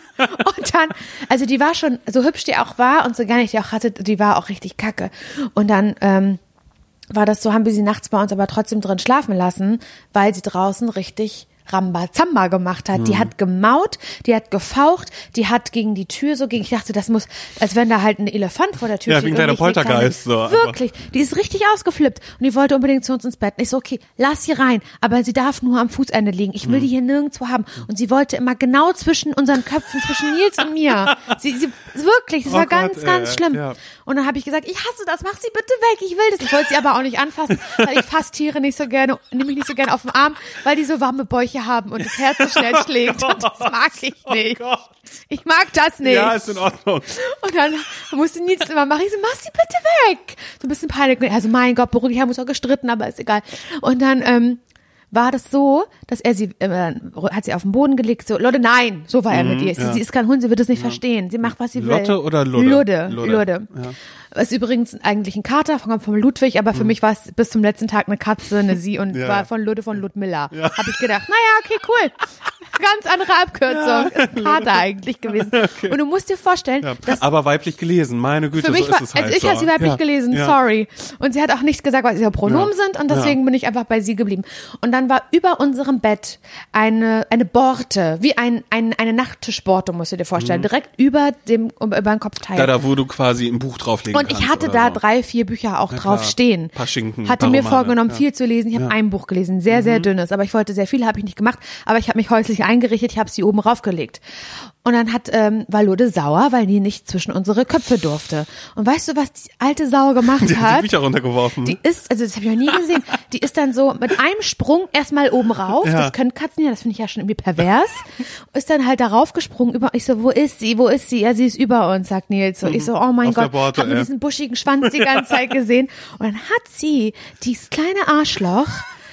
Und dann, also die war schon, so hübsch die auch war und so gar nicht die auch hatte, die war auch richtig kacke. Und dann war das so, haben wir sie nachts bei uns aber trotzdem drin schlafen lassen, weil sie draußen richtig Rambazamba gemacht hat. Die hat gemaut, die hat gefaucht, die hat gegen die Tür ich dachte, das muss, als wenn da halt ein Elefant vor der Tür steht. Ja, wie ein kleiner Poltergeist. So wirklich, die ist richtig ausgeflippt und die wollte unbedingt zu uns ins Bett. Und ich so, okay, lass sie rein, aber sie darf nur am Fußende liegen. Ich will die hier nirgendwo haben. Und sie wollte immer genau zwischen unseren Köpfen, zwischen Nils und mir. Sie wirklich, das war ganz schlimm. Ja. Und dann habe ich gesagt, ich hasse das, mach sie bitte weg, ich will das. Ich wollte sie aber auch nicht anfassen, weil ich fasse Tiere nicht so gerne, nehme ich nicht so gerne auf den Arm, weil die so warme Bäuche haben und das Herz so schnell schlägt und das mag ich nicht. Ich mag das nicht. Ja, ist in Ordnung. Und dann musste Nils immer machen, ich so, mach sie bitte weg. So ein bisschen peinlich. Also mein Gott, beruhig, wir haben uns auch gestritten, aber ist egal. Und dann war das so, dass er sie, hat sie auf den Boden gelegt, so, Leute, nein, so war er mit ihr. Sie ist kein Hund, sie wird es nicht verstehen. Sie macht, was sie will. Lotte oder Ludde? Ludde. Ja. Ist übrigens eigentlich ein Kater, kommt von Ludwig, aber für mich war es bis zum letzten Tag eine Katze, eine Sie und war von Ludmilla. Ja. Habe ich gedacht, naja, okay, cool. Ganz andere Abkürzung. Ist ein Kater eigentlich gewesen. Okay. Und du musst dir vorstellen, dass aber weiblich gelesen, meine Güte, für mich so ist es halt. Also ich habe sie weiblich gelesen, sorry. Und sie hat auch nichts gesagt, weil sie ja Pronomen sind und deswegen bin ich einfach bei sie geblieben. Und dann war über unserem Bett eine Borte, wie eine Nachttischborte, musst du dir vorstellen, direkt über den Kopfteil. Da, wo du quasi ein Buch drauflegen und ich hatte da 3, 4 Bücher auch drauf stehen. Ein paar Schinken, hatte mir vorgenommen, viel zu lesen. Ich habe ein Buch gelesen, sehr, sehr dünnes. Aber ich wollte sehr viel, habe ich nicht gemacht. Aber ich habe mich häuslich eingerichtet, ich habe sie oben raufgelegt. Und dann war Ludde sauer, weil die nicht zwischen unsere Köpfe durfte. Und weißt du, was die alte Sau gemacht hat? Die hat die Bücher runtergeworfen. Die ist, also das habe ich noch nie gesehen, die ist dann so mit einem Sprung erstmal oben rauf. Ja. Das können Katzen ja, das finde ich ja schon irgendwie pervers. Ist dann halt darauf gesprungen. Ich so, wo ist sie? Wo ist sie? Ja, sie ist über uns, sagt Nils. So, ich so, oh mein Gott, hab mir diesen buschigen Schwanz die ganze Zeit gesehen. Und dann hat sie dieses kleine Arschloch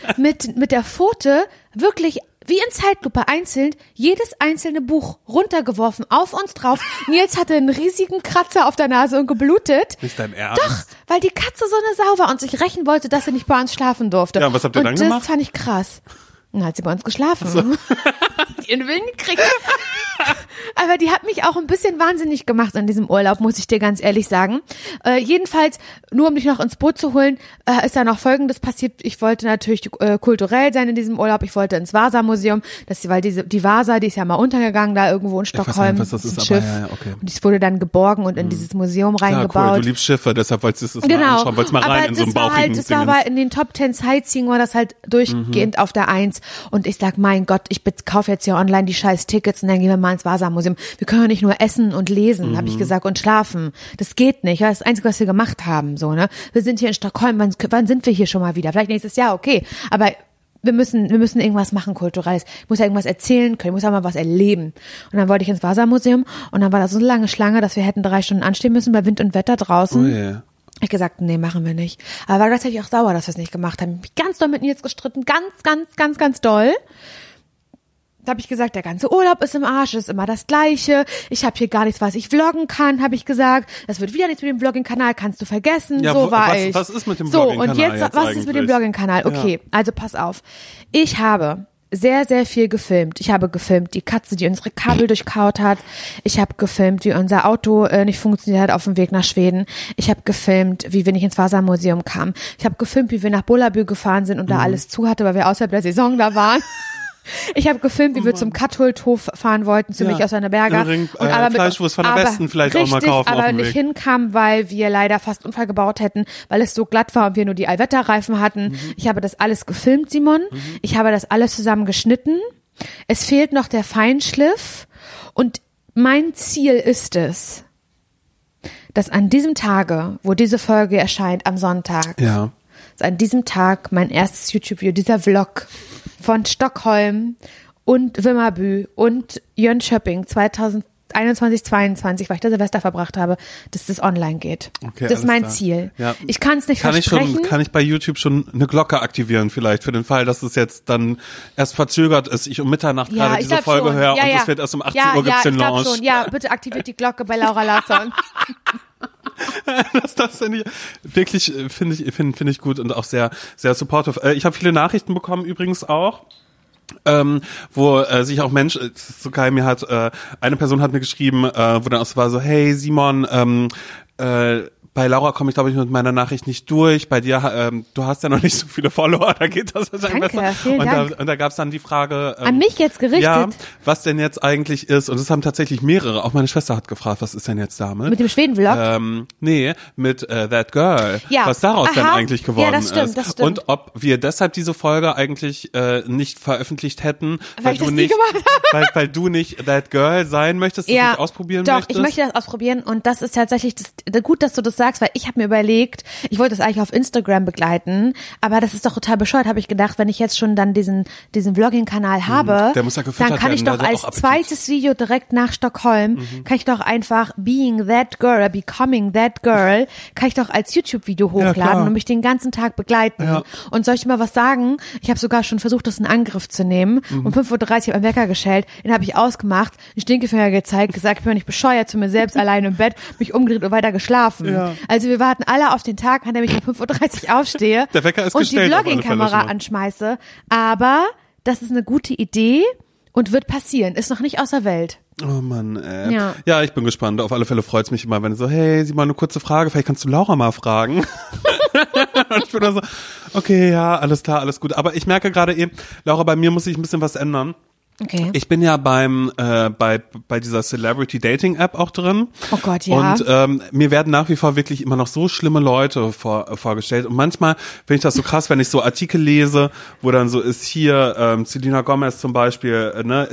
mit der Pfote wirklich wie in Zeitlupe einzeln, jedes einzelne Buch runtergeworfen, auf uns drauf. Nils hatte einen riesigen Kratzer auf der Nase und geblutet. Ist dein Ernst? Doch, weil die Katze so eine Sau war und sich rächen wollte, dass sie nicht bei uns schlafen durfte. Ja, und was habt ihr dann gemacht? Das fand ich krass. Dann hat sie bei uns geschlafen. So. Ihren Willen gekriegt. Aber die hat mich auch ein bisschen wahnsinnig gemacht in diesem Urlaub, muss ich dir ganz ehrlich sagen. Jedenfalls, nur um dich noch ins Boot zu holen, ist da noch Folgendes passiert. Ich wollte natürlich kulturell sein in diesem Urlaub. Ich wollte ins Vasa-Museum, weil die Vasa, die ist ja mal untergegangen da irgendwo in Stockholm. Ich weiß nicht, was das ist, ein Schiff. Aber ja, okay. Und es wurde dann geborgen und in dieses Museum reingebaut. Cool. Du liebst Schiffe, deshalb wolltest du es mal anschauen, wolltest mal rein in so einen bauchigen das war aber in den Top 10 Sightseeing war das halt durchgehend auf der 1. Und ich sag, mein Gott, ich kaufe jetzt hier online die scheiß Tickets und dann gehen wir mal ins Vasa-Museum. Wir können ja nicht nur essen und lesen, habe ich gesagt, und schlafen. Das geht nicht. Das ist das Einzige, was wir gemacht haben. So, ne? Wir sind hier in Stockholm. Wann sind wir hier schon mal wieder? Vielleicht nächstes Jahr, okay. Aber wir müssen irgendwas machen, kulturelles. Ich muss ja irgendwas erzählen können. Ich muss ja mal was erleben. Und dann wollte ich ins Vasa-Museum und dann war das so eine lange Schlange, dass wir hätten 3 Stunden anstehen müssen bei Wind und Wetter draußen. Oh yeah. Ich gesagt, nee, machen wir nicht. Aber war gleichzeitig auch sauer, dass wir es nicht gemacht haben. Ich habe mich ganz doll mit Nils gestritten. Ganz doll. Da habe ich gesagt, der ganze Urlaub ist im Arsch, ist immer das Gleiche. Ich habe hier gar nichts, was ich vloggen kann, habe ich gesagt. Das wird wieder nichts mit dem Vlogging-Kanal, kannst du vergessen. Ja, so war ich. Was ist mit dem Vlogging-Kanal? So, und jetzt was ist mit dem Vlogging-Kanal? Okay, also pass auf. Ich habe sehr, sehr viel gefilmt. Ich habe gefilmt die Katze, die unsere Kabel durchkaut hat. Ich habe gefilmt, wie unser Auto nicht funktioniert hat auf dem Weg nach Schweden. Ich habe gefilmt, wie wir nicht ins Vasa-Museum kamen. Ich habe gefilmt, wie wir nach Bullabü gefahren sind und da alles zu hatte, weil wir außerhalb der Saison da waren. Ich habe gefilmt, wie wir zum Katthulthof fahren wollten, ziemlich aus einer Berger. Und aber Fleischwurst von der Besten vielleicht auch mal kaufen aber nicht hinkamen, weil wir leider fast Unfall gebaut hätten, weil es so glatt war und wir nur die Allwetterreifen hatten. Ich habe das alles gefilmt, Simon. Ich habe das alles zusammen geschnitten. Es fehlt noch der Feinschliff. Und mein Ziel ist es, dass an diesem Tage, wo diese Folge erscheint, am Sonntag, dass an diesem Tag mein erstes YouTube-Video, dieser Vlog von Stockholm und Vimmerby und Jönköping 2021, 22, weil ich da Silvester verbracht habe, dass das online geht. Okay, das ist mein Ziel. Ja. Ich kann es nicht versprechen. Kann ich bei YouTube schon eine Glocke aktivieren vielleicht für den Fall, dass es jetzt dann erst verzögert ist, ich um Mitternacht gerade diese Folge höre und es wird erst um 18 Uhr gibt's den Launch. Schon. Ja, bitte aktiviert die Glocke bei Laura Larsson. Das finde ich wirklich, finde ich gut und auch sehr, sehr supportive. Ich habe viele Nachrichten bekommen übrigens auch. Wo sich auch Mensch, so geil, mir hat eine Person hat mir geschrieben, wo dann auch so war so, hey Simon, bei Laura komme ich, glaube ich, mit meiner Nachricht nicht durch. Bei dir, du hast ja noch nicht so viele Follower, da geht das wahrscheinlich besser. Vielen Dank. Und da gab es dann die Frage, an mich jetzt gerichtet? Ja, was denn jetzt eigentlich ist. Und es haben tatsächlich mehrere. Auch meine Schwester hat gefragt, was ist denn jetzt damit? Mit dem Schweden-Vlog? Nee, mit That Girl. Ja. Was daraus denn eigentlich geworden ist. Das stimmt. Und ob wir deshalb diese Folge eigentlich nicht veröffentlicht hätten, weil du nicht That Girl sein möchtest, das nicht ausprobieren möchtest. Doch, ich möchte das ausprobieren. Und das ist tatsächlich gut, dass du das sagst, weil ich habe mir überlegt, ich wollte das eigentlich auf Instagram begleiten, aber das ist doch total bescheuert, habe ich gedacht, wenn ich jetzt schon dann diesen Vlogging-Kanal habe, dann kann ich doch als zweites Video direkt nach Stockholm, kann ich doch einfach Becoming That Girl, kann ich doch als YouTube-Video hochladen und mich den ganzen Tag begleiten. Ja. Und soll ich mal was sagen? Ich habe sogar schon versucht, das in Angriff zu nehmen. Um 5:30 Uhr habe ich einen Wecker gestellt, den habe ich ausgemacht, einen Stinkefinger gezeigt, gesagt, ich bin nicht bescheuert, zu mir selbst alleine im Bett, mich umgedreht und weiter geschlafen. Ja. Also wir warten alle auf den Tag, an dem ich um 5:30 Uhr aufstehe Der Wecker ist und die Vlogging-Kamera anschmeiße. Aber das ist eine gute Idee und wird passieren. Ist noch nicht außer Welt. Oh Mann, ey. Ja, ich bin gespannt. Auf alle Fälle freut's mich immer, wenn du so, hey, sieh mal, eine kurze Frage, vielleicht kannst du Laura mal fragen. Und ich bin dann so, okay, ja, alles klar, alles gut. Aber ich merke gerade eben, Laura, bei mir muss sich ein bisschen was ändern. Okay. Ich bin ja bei dieser Celebrity Dating App auch drin. Oh Gott, ja. Und mir werden nach wie vor wirklich immer noch so schlimme Leute vorgestellt. Und manchmal finde ich das so krass, wenn ich so Artikel lese, wo dann so ist hier Selena Gomez zum Beispiel,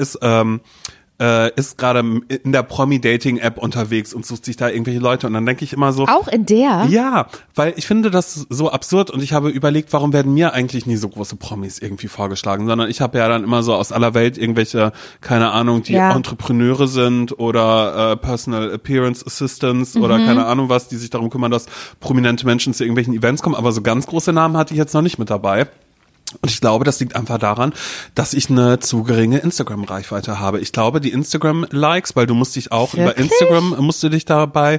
ist gerade in der Promi-Dating-App unterwegs und sucht sich da irgendwelche Leute und dann denke ich immer so. Auch in der? Ja, weil ich finde das so absurd und ich habe überlegt, warum werden mir eigentlich nie so große Promis irgendwie vorgeschlagen, sondern ich habe ja dann immer so aus aller Welt irgendwelche, keine Ahnung, die Entrepreneure sind oder Personal Appearance Assistants oder keine Ahnung was, die sich darum kümmern, dass prominente Menschen zu irgendwelchen Events kommen, aber so ganz große Namen hatte ich jetzt noch nicht mit dabei. Und ich glaube, das liegt einfach daran, dass ich eine zu geringe Instagram-Reichweite habe. Ich glaube, die Instagram-Likes, weil du musst dich auch über Instagram, musst du dich damit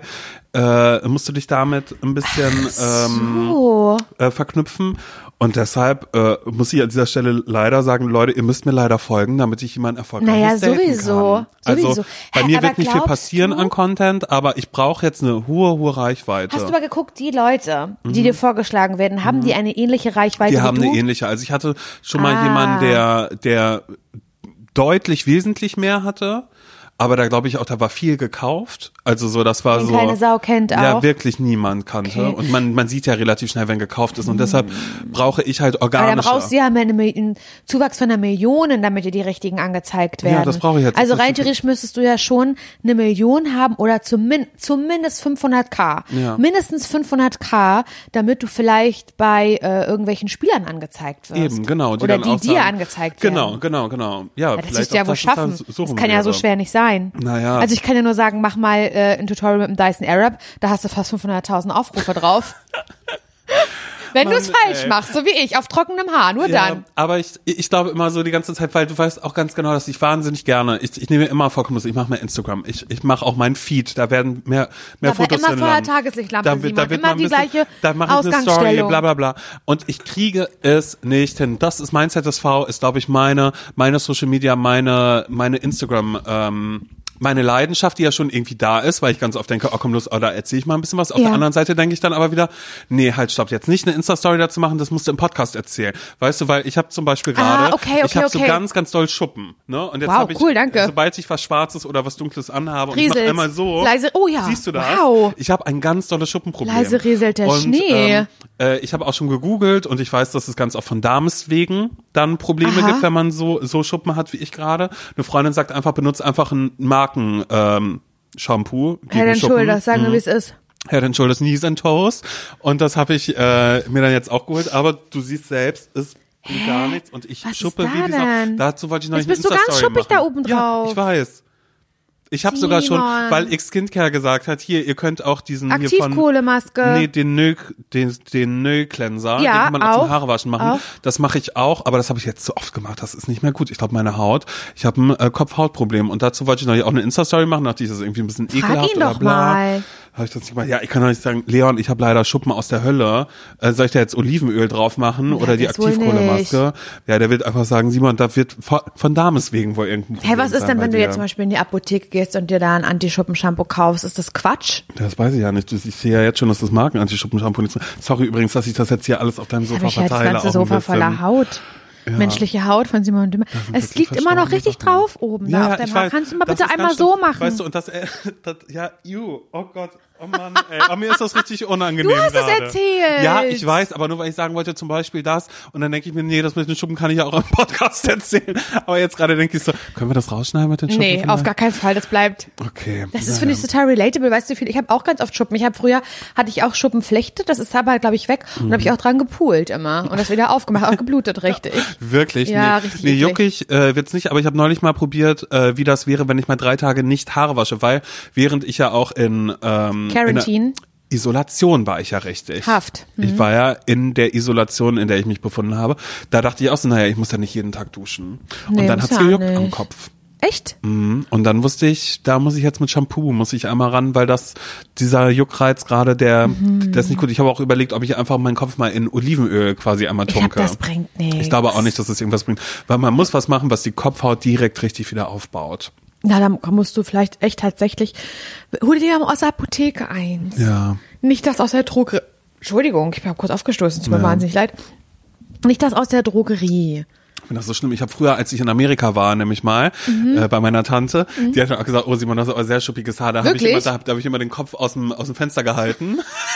ein bisschen verknüpfen. Und deshalb muss ich an dieser Stelle leider sagen, Leute, ihr müsst mir leider folgen, damit ich jemanden erfolgreich daten kann. Also bei mir wird nicht viel passieren an Content, aber ich brauche jetzt eine hohe Reichweite. Hast du mal geguckt, die Leute, die dir vorgeschlagen werden, haben die eine ähnliche Reichweite wie du? Die haben eine ähnliche. Also ich hatte schon mal jemanden, der deutlich wesentlich mehr hatte. Aber da glaube ich auch, da war viel gekauft. Also so, das war so. Keine Sau kennt auch. Ja, wirklich niemand kannte. Okay. Und man sieht ja relativ schnell, wenn gekauft ist. Und deshalb brauche ich halt organischer. Aber dann brauchst du ja einen Zuwachs von 1 Million, damit dir die richtigen angezeigt werden. Ja, das brauche ich jetzt. Also rein theoretisch müsstest du ja schon 1 Million haben oder zumindest 500.000. Ja. Mindestens 500.000, damit du vielleicht bei irgendwelchen Spielern angezeigt wirst. Eben, genau. Oder die dir angezeigt werden. Genau. Ja, das wirst du ja wohl schaffen. Das kann ja so schwer nicht sein. Naja. Also ich kann ja nur sagen, mach mal ein Tutorial mit dem Dyson Airwrap, da hast du fast 500.000 Aufrufe drauf. Wenn du es falsch machst, so wie ich, auf trockenem Haar, nur dann. Aber ich glaube immer so die ganze Zeit, weil du weißt auch ganz genau, dass ich wahnsinnig gerne, ich nehme immer vollkommen, ich mache mehr Instagram, ich mache auch meinen Feed, da werden mehr Fotos drin. Immer vorher Tageslichtlampe, da wird immer die gleiche da mache ich eine Story, bla bla bla. Und ich kriege es nicht hin. Das ist mein ZSV, ist glaube ich meine Social Media, meine Instagram meine Leidenschaft, die ja schon irgendwie da ist, weil ich ganz oft denke, oh komm los, da erzähle ich mal ein bisschen was. Auf der anderen Seite denke ich dann aber wieder, nee, halt stopp, jetzt nicht eine Insta-Story dazu machen, das musst du im Podcast erzählen. Weißt du, weil ich habe zum Beispiel gerade, ich habe so ganz, ganz doll Schuppen. Ne? Und jetzt habe ich, danke. Sobald ich was Schwarzes oder was Dunkles anhabe und ich mache einmal so, leise, siehst du das? Wow. Ich habe ein ganz dolles Schuppenproblem. Leise rieselt der Schnee. Ich habe auch schon gegoogelt und ich weiß, dass es ganz oft von Dameswegen dann Probleme gibt, wenn man so Schuppen hat wie ich gerade. Eine Freundin sagt einfach, benutzt einfach ein Shampoo. Head & Shoulders, sagen wir, wie es ist. Head & Shoulders Knees and Toes. Und das habe ich mir dann jetzt auch geholt. Aber du siehst selbst, es bringt gar nichts. Und ich schuppe wie gesagt. Dazu wollte ich noch nicht eine Insta-Story machen. Bist du ganz schuppig da oben drauf? Ja, ich weiß. Ich habe sogar schon, weil X Skincare gesagt hat, hier, ihr könnt auch diesen Aktivkohlemaske. Nee, den Nö Cleanser, den kann man auch zum Haarewaschen machen. Auch. Das mache ich auch, aber das habe ich jetzt so oft gemacht, das ist nicht mehr gut. Ich glaube, meine Haut, ich habe ein Kopf-Haut-Problem und dazu wollte ich noch auch eine Insta-Story machen, dachte ich, das ist irgendwie ein bisschen ekelhaft oder bla. Mal. Habe ich das nicht mal. Ja, ich kann doch nicht sagen, Leon, ich habe leider Schuppen aus der Hölle. Soll ich da jetzt Olivenöl drauf machen oder die Aktivkohlemaske? Ja, der wird einfach sagen, Simon, da wird von Dames wegen wohl irgendein Problem was ist denn, wenn du jetzt zum Beispiel in die Apotheke gehst und dir da ein Anti-Schuppen-Shampoo kaufst? Ist das Quatsch? Das weiß ich ja nicht. Ich sehe ja jetzt schon, dass das Marken-Anti-Schuppen-Shampoo nicht ist. Sorry übrigens, dass ich das jetzt hier alles auf deinem Sofa verteile. Das ganze Sofa voller Haut. Ja. Menschliche Haut von Simon Dümmer. Es liegt immer noch richtig drauf oben. Ja, da auf der Mauer. Kannst du mal bitte einmal so machen? Weißt du, und oh Gott, oh Mann, ey, mir ist das richtig unangenehm. Du hast es erzählt. Ja, ich weiß, aber nur weil ich sagen wollte, zum Beispiel das, und dann denke ich mir, nee, das mit den Schuppen kann ich ja auch im Podcast erzählen. Aber jetzt gerade denke ich so, können wir das rausschneiden mit den Schuppen? Nee, auf gar keinen Fall, das bleibt. Okay. Das ist, finde ich, total relatable, weißt du, ich habe auch ganz oft Schuppen. Hatte ich auch Schuppenflechte, das ist aber, glaube ich, weg. Und habe ich auch dran gepoolt immer. Und das wieder aufgemacht, auch geblutet, richtig. Wirklich? Ja, richtig. Nee, juckig wird's nicht, aber ich habe neulich mal probiert, wie das wäre, wenn ich mal 3 Tage nicht Haare wasche, weil während ich ja auch in Quarantine. Isolation war ich ja richtig. Haft. Ich war ja in der Isolation, in der ich mich befunden habe. Da dachte ich auch so, naja, ich muss ja nicht jeden Tag duschen. Und dann hat's gejuckt am Kopf. Echt? Und dann wusste ich, da muss ich jetzt mit Shampoo, muss ich einmal ran, weil dieser Juckreiz gerade, der ist nicht gut. Ich habe auch überlegt, ob ich einfach meinen Kopf mal in Olivenöl quasi einmal tunke. Das bringt nichts. Ich glaube auch nicht, dass das irgendwas bringt. Weil man muss was machen, was die Kopfhaut direkt richtig wieder aufbaut. Na, dann musst du vielleicht echt tatsächlich, hol dir aus der Apotheke eins. Ja. Nicht das aus der Drogerie. Entschuldigung, ich bin kurz aufgestoßen, tut mir wahnsinnig leid. Nicht das aus der Drogerie. Ich finde das so schlimm. Ich habe früher, als ich in Amerika war, nämlich mal, bei meiner Tante, die hat mir auch gesagt, oh Simon, das ist aber sehr schuppiges Haar. Da habe ich immer den Kopf aus dem Fenster gehalten.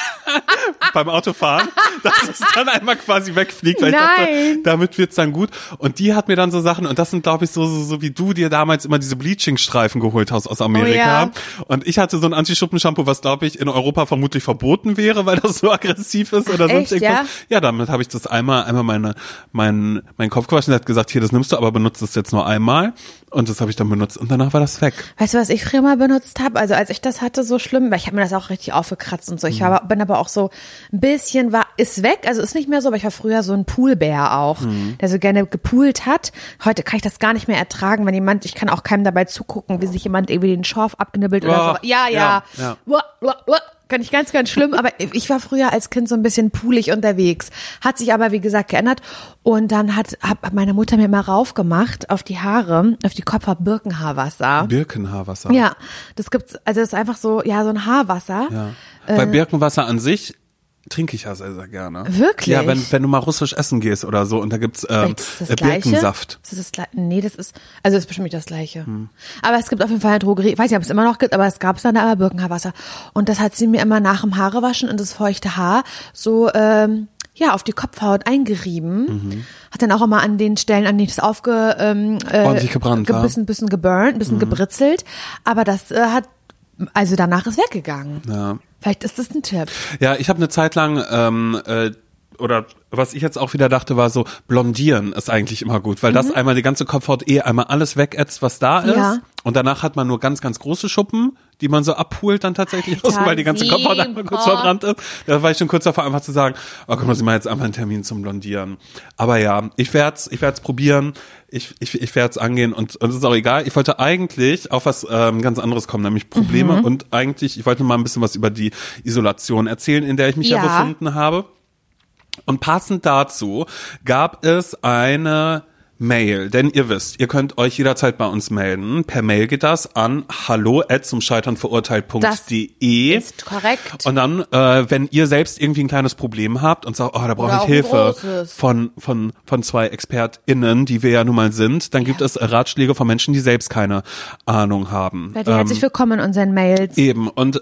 Beim Autofahren, dass es dann einmal quasi wegfliegt, weil ich dachte, damit wird's dann gut. Und die hat mir dann so Sachen, und das sind, glaube ich, so wie du dir damals immer diese Bleaching-Streifen geholt hast aus Amerika. Oh, ja. Und ich hatte so ein Anti-Schuppen-Shampoo, was, glaube ich, in Europa vermutlich verboten wäre, weil das so aggressiv ist oder sonst irgendwas. Ja, damit habe ich das einmal meinen Kopf gewaschen. Der hat gesagt, hier, das nimmst du, aber benutzt es jetzt nur einmal. Und das habe ich dann benutzt und danach war das weg. Weißt du, was ich früher mal benutzt habe? Also als ich das hatte, so schlimm, weil ich habe mir das auch richtig aufgekratzt und so. Ich bin aber auch so ein bisschen, ist weg, also ist nicht mehr so, aber ich war früher so ein Poolbär auch, der so gerne gepoolt hat. Heute kann ich das gar nicht mehr ertragen, wenn ich kann auch keinem dabei zugucken, wie sich jemand irgendwie den Schorf abknibbelt oder so. Ja. Kann ich ganz, ganz schlimm, aber ich war früher als Kind so ein bisschen poolig unterwegs. Hat sich aber, wie gesagt, geändert. Und dann hat meine Mutter mir mal raufgemacht auf die Haare, auf die Kopfhaut Birkenhaarwasser. Birkenhaarwasser? Ja, das gibt's, also das ist einfach so, so ein Haarwasser. Ja. Bei Birkenwasser an sich trinke ich ja sehr, sehr gerne. Wirklich? Ja, wenn du mal russisch essen gehst oder so und da gibt's Birkensaft. Ist das gleiche? Nee, das ist bestimmt nicht das Gleiche. Aber es gibt auf jeden Fall eine Drogerie, ich weiß nicht, ob es immer noch gibt, aber es gab dann aber Birkenhaarwasser. Und das hat sie mir immer nach dem Haarewaschen in das feuchte Haar so auf die Kopfhaut eingerieben. Hat dann auch immer an den Stellen, an denen es ordentlich gebrannt war. Bisschen geburnt, bisschen gebritzelt. Aber das also danach ist weggegangen. Ja. Vielleicht ist das ein Tipp. Ja, ich habe eine Zeit lang oder was ich jetzt auch wieder dachte, war so, blondieren ist eigentlich immer gut, weil das einmal die ganze Kopfhaut einmal alles wegätzt, was da ist. Und danach hat man nur ganz, ganz große Schuppen, die man so abholt dann tatsächlich, weil die ganze Kopfhaut einmal kurz verbrannt ist. Da war ich schon kurz davor, einfach zu sagen, oh komm, ich mal jetzt einfach einen Termin zum Blondieren. Aber ja, ich werd's probieren, ich werd's angehen und es ist auch egal. Ich wollte eigentlich auf was ganz anderes kommen, nämlich Probleme und eigentlich, ich wollte mal ein bisschen was über die Isolation erzählen, in der ich mich ja befunden habe. Und passend dazu gab es eine Mail, denn ihr wisst, ihr könnt euch jederzeit bei uns melden. Per Mail geht das an hallo@zumscheiternverurteilt.de. Ist korrekt. Und dann, wenn ihr selbst irgendwie ein kleines Problem habt und sagt, da brauche ich Hilfe von 2 ExpertInnen, die wir ja nun mal sind, dann gibt es Ratschläge von Menschen, die selbst keine Ahnung haben. Seid ihr herzlich willkommen in unseren Mails. Eben, und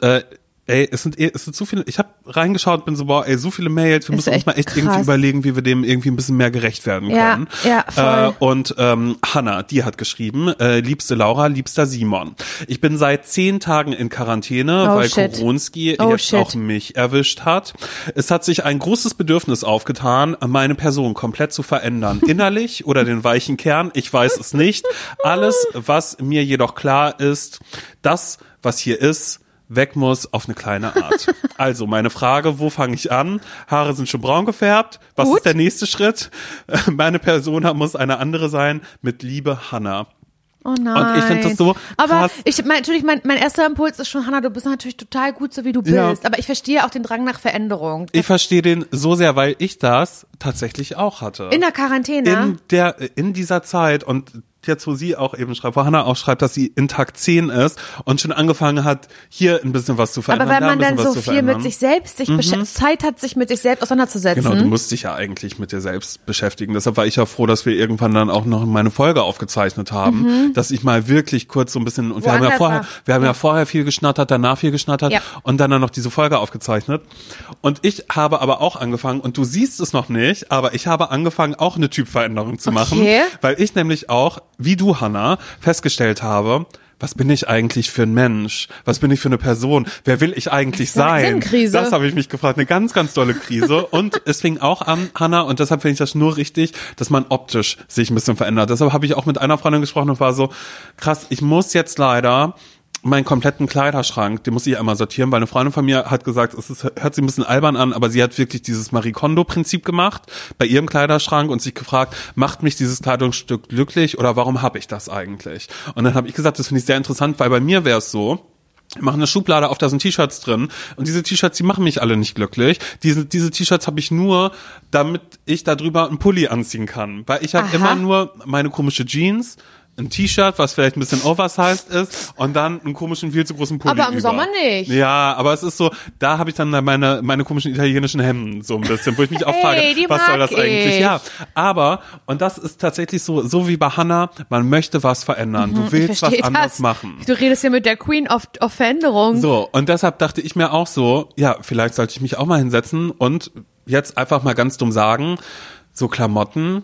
es sind so viele, ich habe reingeschaut, bin so, so viele Mails, wir müssen uns mal echt irgendwie überlegen, wie wir dem irgendwie ein bisschen mehr gerecht werden können. Ja, voll. Und Hanna, die hat geschrieben, liebste Laura, liebster Simon, ich bin seit 10 Tagen in Quarantäne, weil Koronski jetzt auch mich erwischt hat. Es hat sich ein großes Bedürfnis aufgetan, meine Person komplett zu verändern. Innerlich oder den weichen Kern, ich weiß es nicht. Alles, was mir jedoch klar ist, das, was hier ist, weg muss auf eine kleine Art. Also meine Frage, wo fange ich an? Haare sind schon braun gefärbt. Was ist der nächste Schritt? Meine Persona muss eine andere sein. Mit Liebe, Hanna. Oh nein. Und ich finde das so aber krass. Mein erster Impuls ist schon, Hanna, du bist natürlich total gut, so wie du bist. Ja. Aber ich verstehe auch den Drang nach Veränderung. Ich verstehe den so sehr, weil ich das tatsächlich auch hatte. In der Quarantäne? In dieser Zeit und jetzt, wo sie auch eben schreibt, wo Hanna auch schreibt, dass sie in Tag 10 ist und schon angefangen hat, hier ein bisschen was zu verändern. Aber wenn man dann so viel mit sich selbst Zeit hat, sich mit sich selbst auseinanderzusetzen. Genau, du musst dich ja eigentlich mit dir selbst beschäftigen. Deshalb war ich ja froh, dass wir irgendwann dann auch noch meine Folge aufgezeichnet haben, dass ich mal wirklich kurz so ein bisschen, und wir haben ja vorher viel geschnattert, danach viel geschnattert und dann noch diese Folge aufgezeichnet. Und ich habe aber auch angefangen, und du siehst es noch nicht, aber ich habe angefangen, auch eine Typveränderung zu machen, weil ich nämlich auch, wie du, Hanna, festgestellt habe, was bin ich eigentlich für ein Mensch? Was bin ich für eine Person? Wer will ich eigentlich sein? Das habe ich mich gefragt. Eine ganz, ganz tolle Krise. Und es fing auch an, Hanna, und deshalb finde ich das nur richtig, dass man optisch sich ein bisschen verändert. Deshalb habe ich auch mit einer Freundin gesprochen und war so, krass, ich muss jetzt leider meinen kompletten Kleiderschrank, den muss ich einmal sortieren, weil eine Freundin von mir hat gesagt, hört sich ein bisschen albern an, aber sie hat wirklich dieses Marie Kondo-Prinzip gemacht bei ihrem Kleiderschrank und sich gefragt, macht mich dieses Kleidungsstück glücklich oder warum habe ich das eigentlich? Und dann habe ich gesagt, das finde ich sehr interessant, weil bei mir wäre es so, ich mache eine Schublade auf, da sind T-Shirts drin und diese T-Shirts, die machen mich alle nicht glücklich. Diese T-Shirts habe ich nur, damit ich da drüber einen Pulli anziehen kann, weil ich habe immer nur meine komische Jeans, ein T-Shirt, was vielleicht ein bisschen oversized ist und dann einen komischen, viel zu großen Pulli aber im Sommer nicht. Ja, aber es ist so, da habe ich dann meine komischen italienischen Hemden so ein bisschen, wo ich mich auch frage, was soll das eigentlich? Ja, aber, und das ist tatsächlich so wie bei Hanna, man möchte was verändern. Du willst was anders machen. Du redest ja mit der Queen of Veränderung. So, und deshalb dachte ich mir auch so, ja, vielleicht sollte ich mich auch mal hinsetzen und jetzt einfach mal ganz dumm sagen, so Klamotten,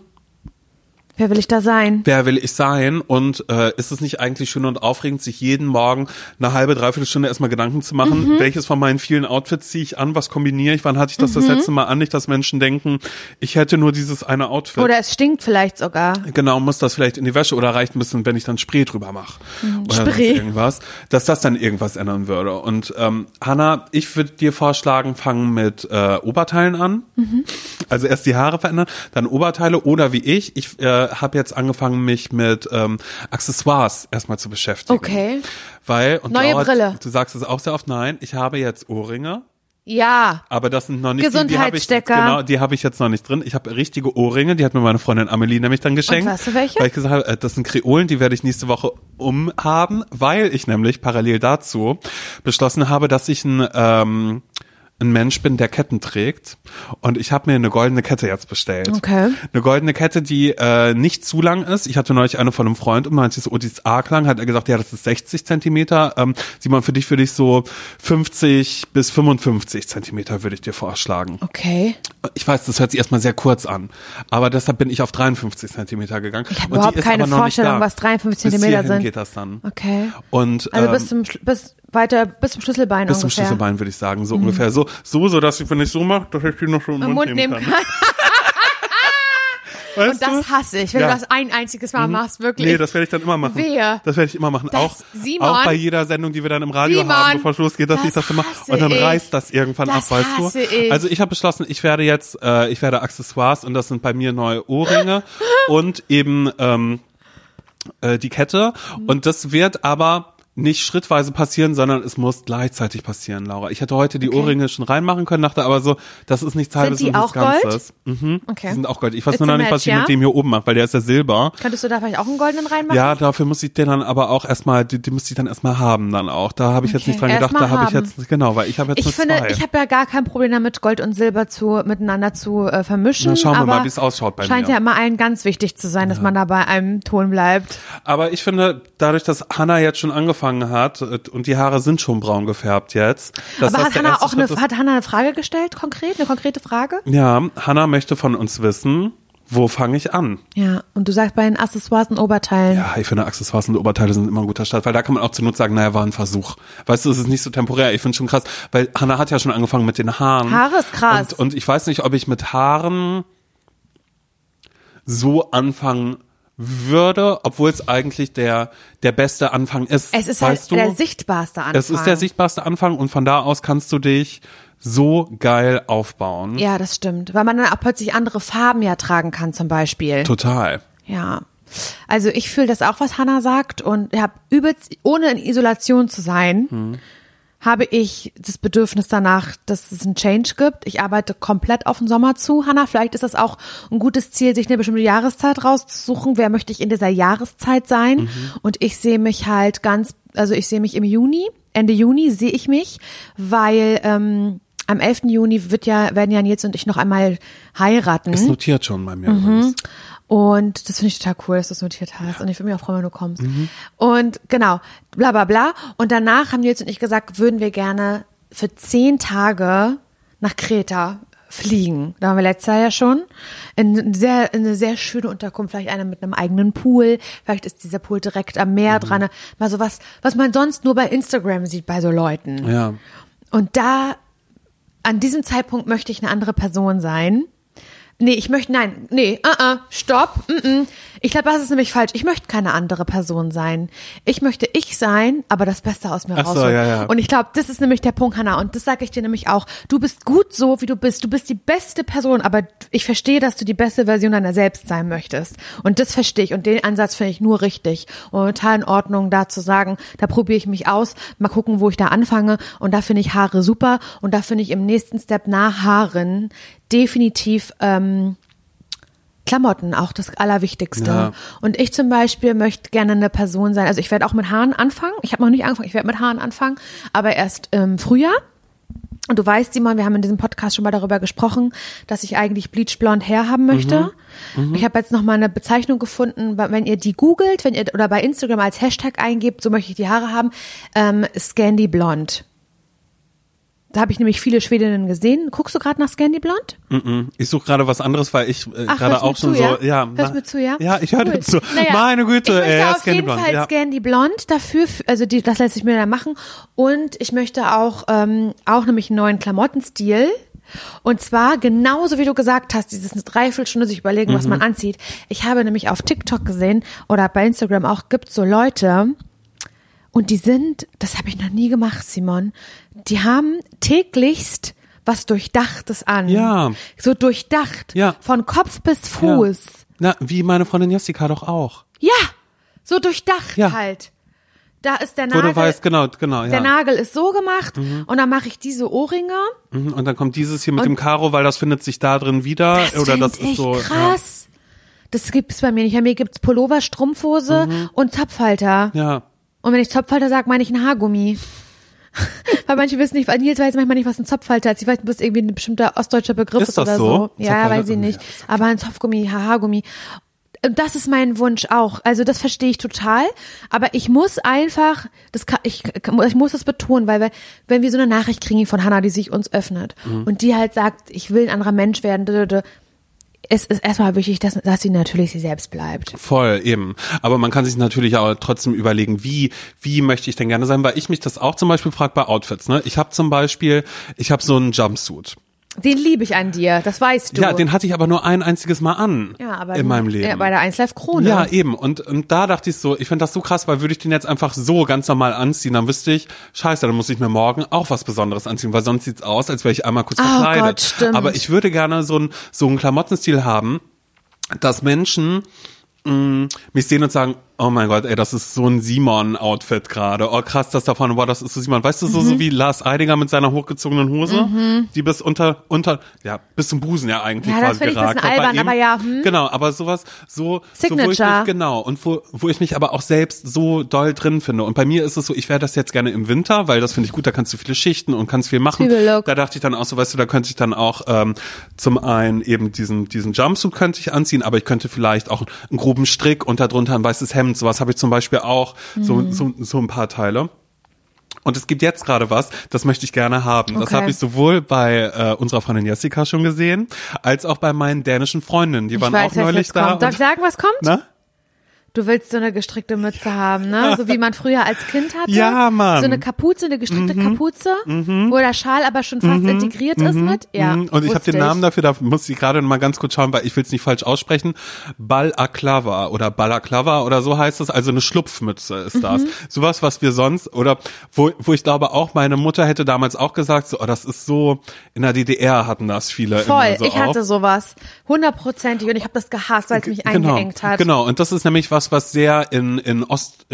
wer will ich da sein? Wer will ich sein? Und ist es nicht eigentlich schön und aufregend, sich jeden Morgen eine halbe, dreiviertel Stunde erstmal Gedanken zu machen, welches von meinen vielen Outfits ziehe ich an, was kombiniere ich, wann hatte ich das letzte Mal an, nicht, dass Menschen denken, ich hätte nur dieses eine Outfit. Oder es stinkt vielleicht sogar. Genau, muss das vielleicht in die Wäsche oder reicht ein bisschen, wenn ich dann Spray drüber mache. Oder irgendwas, dass das dann irgendwas ändern würde. Und Hanna, ich würde dir vorschlagen, fangen mit Oberteilen an. Also erst die Haare verändern, dann Oberteile oder wie ich habe jetzt angefangen, mich mit Accessoires erstmal zu beschäftigen. Okay. Weil, und neue Brille. Du sagst es auch sehr oft, nein, ich habe jetzt Ohrringe. Ja. Aber das sind noch nicht Gesundheitsstecker. Die habe ich jetzt noch nicht drin. Ich habe richtige Ohrringe, die hat mir meine Freundin Amelie nämlich dann geschenkt. Und weißt du welche? Weil ich gesagt habe, das sind Kreolen, die werde ich nächste Woche umhaben, weil ich nämlich parallel dazu beschlossen habe, dass ich ein Mensch bin, der Ketten trägt, und ich habe mir eine goldene Kette jetzt bestellt. Okay. Eine goldene Kette, die nicht zu lang ist. Ich hatte neulich eine von einem Freund und meinte so, oh, die ist arg lang. Hat er gesagt, ja, das ist 60 Zentimeter. Simon, für dich würde ich so 50 bis 55 Zentimeter würde ich dir vorschlagen. Okay. Ich weiß, das hört sich erstmal sehr kurz an, aber deshalb bin ich auf 53 Zentimeter gegangen. Ich habe überhaupt keine Vorstellung, was 53 Zentimeter sind. Geht das dann. Okay. Und also bis zum Schlüsselbein bis zum Schlüsselbein würde ich sagen, so ungefähr. So, dass ich, wenn ich so mache, dass ich die noch schon im Mund nehmen kann. Und das hasse ich, wenn du das ein einziges Mal machst, wirklich. Nee, das werde ich dann immer machen. Wehe. Das werde ich immer machen. Simon, auch bei jeder Sendung, die wir dann im Radio haben, bevor Schluss geht, dass ich das immer, und dann reißt das irgendwann ab, weißt du? Also ich habe beschlossen, ich werde Accessoires, und das sind bei mir neue Ohrringe und eben die Kette, und das wird aber nicht schrittweise passieren, sondern es muss gleichzeitig passieren, Laura. Ich hätte heute die Ohrringe schon reinmachen können, dachte aber so, das ist nichts Halbes und nichts Ganzes. Mhm. Okay. Die sind auch Gold. Ich weiß nur noch nicht, was ich mit dem hier oben mache, weil der ist ja Silber. Könntest du da vielleicht auch einen goldenen reinmachen? Ja, dafür muss ich den dann aber auch erstmal, die müsste ich dann erstmal haben dann auch. Da habe ich jetzt nicht dran gedacht, da habe ich jetzt, genau, weil ich habe jetzt ich habe ja gar kein Problem damit, Gold und Silber miteinander zu vermischen. Na, schauen wir mal, wie es ausschaut bei mir. Scheint ja immer allen ganz wichtig zu sein, dass man da bei einem Ton bleibt. Aber ich finde, dadurch, dass Hannah jetzt schon angefangen hat und die Haare sind schon braun gefärbt jetzt. Aber hat Hannah eine Frage gestellt, eine konkrete Frage? Ja, Hannah möchte von uns wissen, wo fange ich an? Ja, und du sagst bei den Accessoires und Oberteilen. Ja, ich finde Accessoires und Oberteile sind immer ein guter Start, weil da kann man auch zur Not sagen, naja, war ein Versuch. Weißt du, es ist nicht so temporär. Ich finde schon krass, weil Hannah hat ja schon angefangen mit den Haaren. Haare ist krass. Und ich weiß nicht, ob ich mit Haaren so anfangen würde, obwohl es eigentlich der beste Anfang ist. Es ist halt der sichtbarste Anfang. Es ist der sichtbarste Anfang und von da aus kannst du dich so geil aufbauen. Ja, das stimmt. Weil man dann auch plötzlich andere Farben ja tragen kann zum Beispiel. Total. Ja. Also ich fühle das auch, was Hannah sagt und habe übelst, ohne in Isolation zu sein, habe ich das Bedürfnis danach, dass es einen Change gibt. Ich arbeite komplett auf den Sommer zu. Hannah, vielleicht ist das auch ein gutes Ziel, sich eine bestimmte Jahreszeit rauszusuchen. Wer möchte ich in dieser Jahreszeit sein? Und ich sehe mich halt ich sehe mich im Juni, Ende Juni sehe ich mich, weil am 11. Juni werden ja Nils und ich noch einmal heiraten. Ist notiert schon bei mir übrigens. Und das finde ich total cool, dass du es notiert hast. Und ich würde mich auch freuen, wenn du kommst. Und genau, bla bla bla. Und danach haben Nils und ich gesagt, würden wir gerne für 10 Tage nach Kreta fliegen. Da waren wir letztes Jahr ja schon. In eine sehr schöne Unterkunft, vielleicht eine mit einem eigenen Pool. Vielleicht ist dieser Pool direkt am Meer dran. Mal so was man sonst nur bei Instagram sieht bei so Leuten. Ja. Und an diesem Zeitpunkt möchte ich eine andere Person sein. Stopp. Ich glaube, das ist nämlich falsch. Ich möchte keine andere Person sein. Ich möchte ich sein, aber das Beste aus mir rausholen. Ja. Und ich glaube, das ist nämlich der Punkt, Hannah. Und das sage ich dir nämlich auch. Du bist gut so, wie du bist. Du bist die beste Person, aber ich verstehe, dass du die beste Version deiner selbst sein möchtest. Und das verstehe ich. Und den Ansatz finde ich nur richtig. Und total in Ordnung, da zu sagen, da probiere ich mich aus. Mal gucken, wo ich da anfange. Und da finde ich Haare super. Und da finde ich im nächsten Step nach Haaren definitiv Klamotten auch das Allerwichtigste. Ja. Und ich zum Beispiel möchte gerne eine Person sein, also ich werde auch mit Haaren anfangen. Ich habe noch nicht angefangen, ich werde mit Haaren anfangen, aber erst im Frühjahr. Und du weißt, Simon, wir haben in diesem Podcast schon mal darüber gesprochen, dass ich eigentlich bleachblond Hair haben möchte. Ich habe jetzt noch mal eine Bezeichnung gefunden, wenn ihr die googelt, oder bei Instagram als Hashtag eingebt, so möchte ich die Haare haben, Scandi Blond. Da habe ich nämlich viele Schwedinnen gesehen. Guckst du gerade nach Scandi Blond? Ich suche gerade was anderes, weil ich gerade auch schon so, ja. Hörst mir zu, ja? Ja, ich höre dir zu. Naja, meine Güte, ich möchte auf Scandi jeden Blond. Fall Scandi Blond dafür, also das lässt sich mir da machen. Und ich möchte auch nämlich einen neuen Klamottenstil. Und zwar genauso wie du gesagt hast, dieses eine Dreiviertelstunde sich überlegen, was man anzieht. Ich habe nämlich auf TikTok gesehen oder bei Instagram auch, gibt so Leute, und das habe ich noch nie gemacht, Simon, die haben täglichst was Durchdachtes an. Ja. So durchdacht. Ja. Von Kopf bis Fuß. Ja. Na, wie meine Freundin Jessica doch auch. Ja, so durchdacht halt. Da ist der Nagel. Wo du weißt, genau, ja. Der Nagel ist so gemacht und dann mache ich diese Ohrringe. Und dann kommt dieses hier mit dem Karo, weil das findet sich da drin wieder. Das ist so krass. Ja. Das gibt's bei mir nicht. Bei mir gibt's Pullover, Strumpfhose und Zopfhalter. Ja. Und wenn ich Zopfhalter sage, meine ich ein Haargummi. Weil manche wissen nicht, weil Nils weiß manchmal nicht, was ein Zopfhalter ist. Ich weiß, ob das irgendwie ein bestimmter ostdeutscher Begriff ist oder so. Ja, weiß ich nicht. Aber ein Zopfgummi, Haargummi. Das ist mein Wunsch auch. Also das verstehe ich total. Aber ich muss einfach, ich muss das betonen, weil wenn wir so eine Nachricht kriegen von Hannah, die sich uns öffnet und die halt sagt, ich will ein anderer Mensch werden, es ist erstmal wichtig, dass sie natürlich sie selbst bleibt. Voll, eben. Aber man kann sich natürlich auch trotzdem überlegen, wie möchte ich denn gerne sein? Weil ich mich das auch zum Beispiel frage bei Outfits. Ne? Ich habe so einen Jumpsuit. Den liebe ich an dir, das weißt du. Ja, den hatte ich aber nur ein einziges Mal an in meinem Leben. Ja, bei der 1Live Krone. Ja, eben. Und da dachte ich so, ich finde das so krass, weil würde ich den jetzt einfach so ganz normal anziehen, dann wüsste ich, scheiße, dann muss ich mir morgen auch was Besonderes anziehen, weil sonst sieht's aus, als wäre ich einmal kurz verkleidet. Gott, stimmt. Aber ich würde gerne so einen Klamottenstil haben, dass Menschen mich sehen und sagen, Oh mein Gott, ey, das ist so ein Simon-Outfit gerade. Oh krass, das da vorne, boah, das ist so Simon. Weißt du, so wie Lars Eidinger mit seiner hochgezogenen Hose, die bis bis zum Busen ja eigentlich quasi geragt hat. Ja, das finde ich ein bisschen albern, aber ja. Genau, aber sowas, Signature. Wo ich mich, genau, und wo ich mich aber auch selbst so doll drin finde. Und bei mir ist es so, ich wäre das jetzt gerne im Winter, weil das finde ich gut, da kannst du viele Schichten und kannst viel machen. Zwiebellook. Da dachte ich dann auch so, weißt du, da könnte ich dann auch zum einen eben diesen Jumpsuit könnte ich anziehen, aber ich könnte vielleicht auch einen groben Strick und darunter ein weißes Hemd, sowas habe ich zum Beispiel auch, so ein paar Teile. Und es gibt jetzt gerade was, das möchte ich gerne haben. Okay. Das habe ich sowohl bei unserer Freundin Jessica schon gesehen, als auch bei meinen dänischen Freundinnen. Die waren auch neulich da. Darf ich sagen, was kommt? Na? Du willst so eine gestrickte Mütze haben, ne? So wie man früher als Kind hatte. Ja, Mann. So eine Kapuze, eine gestrickte Kapuze, wo der Schal aber schon fast integriert ist mit. Ja. Und ich habe den Namen dafür, da muss ich gerade noch mal ganz kurz schauen, weil ich will es nicht falsch aussprechen. Balaklava oder so heißt es. Also eine Schlupfmütze ist das. Sowas, was wir sonst, oder wo ich glaube auch, meine Mutter hätte damals auch gesagt, so, das ist so, in der DDR hatten das viele. Voll, immer so ich hatte sowas. 100%ig und ich habe das gehasst, weil es mich eingeengt hat. Genau, und das ist nämlich was sehr in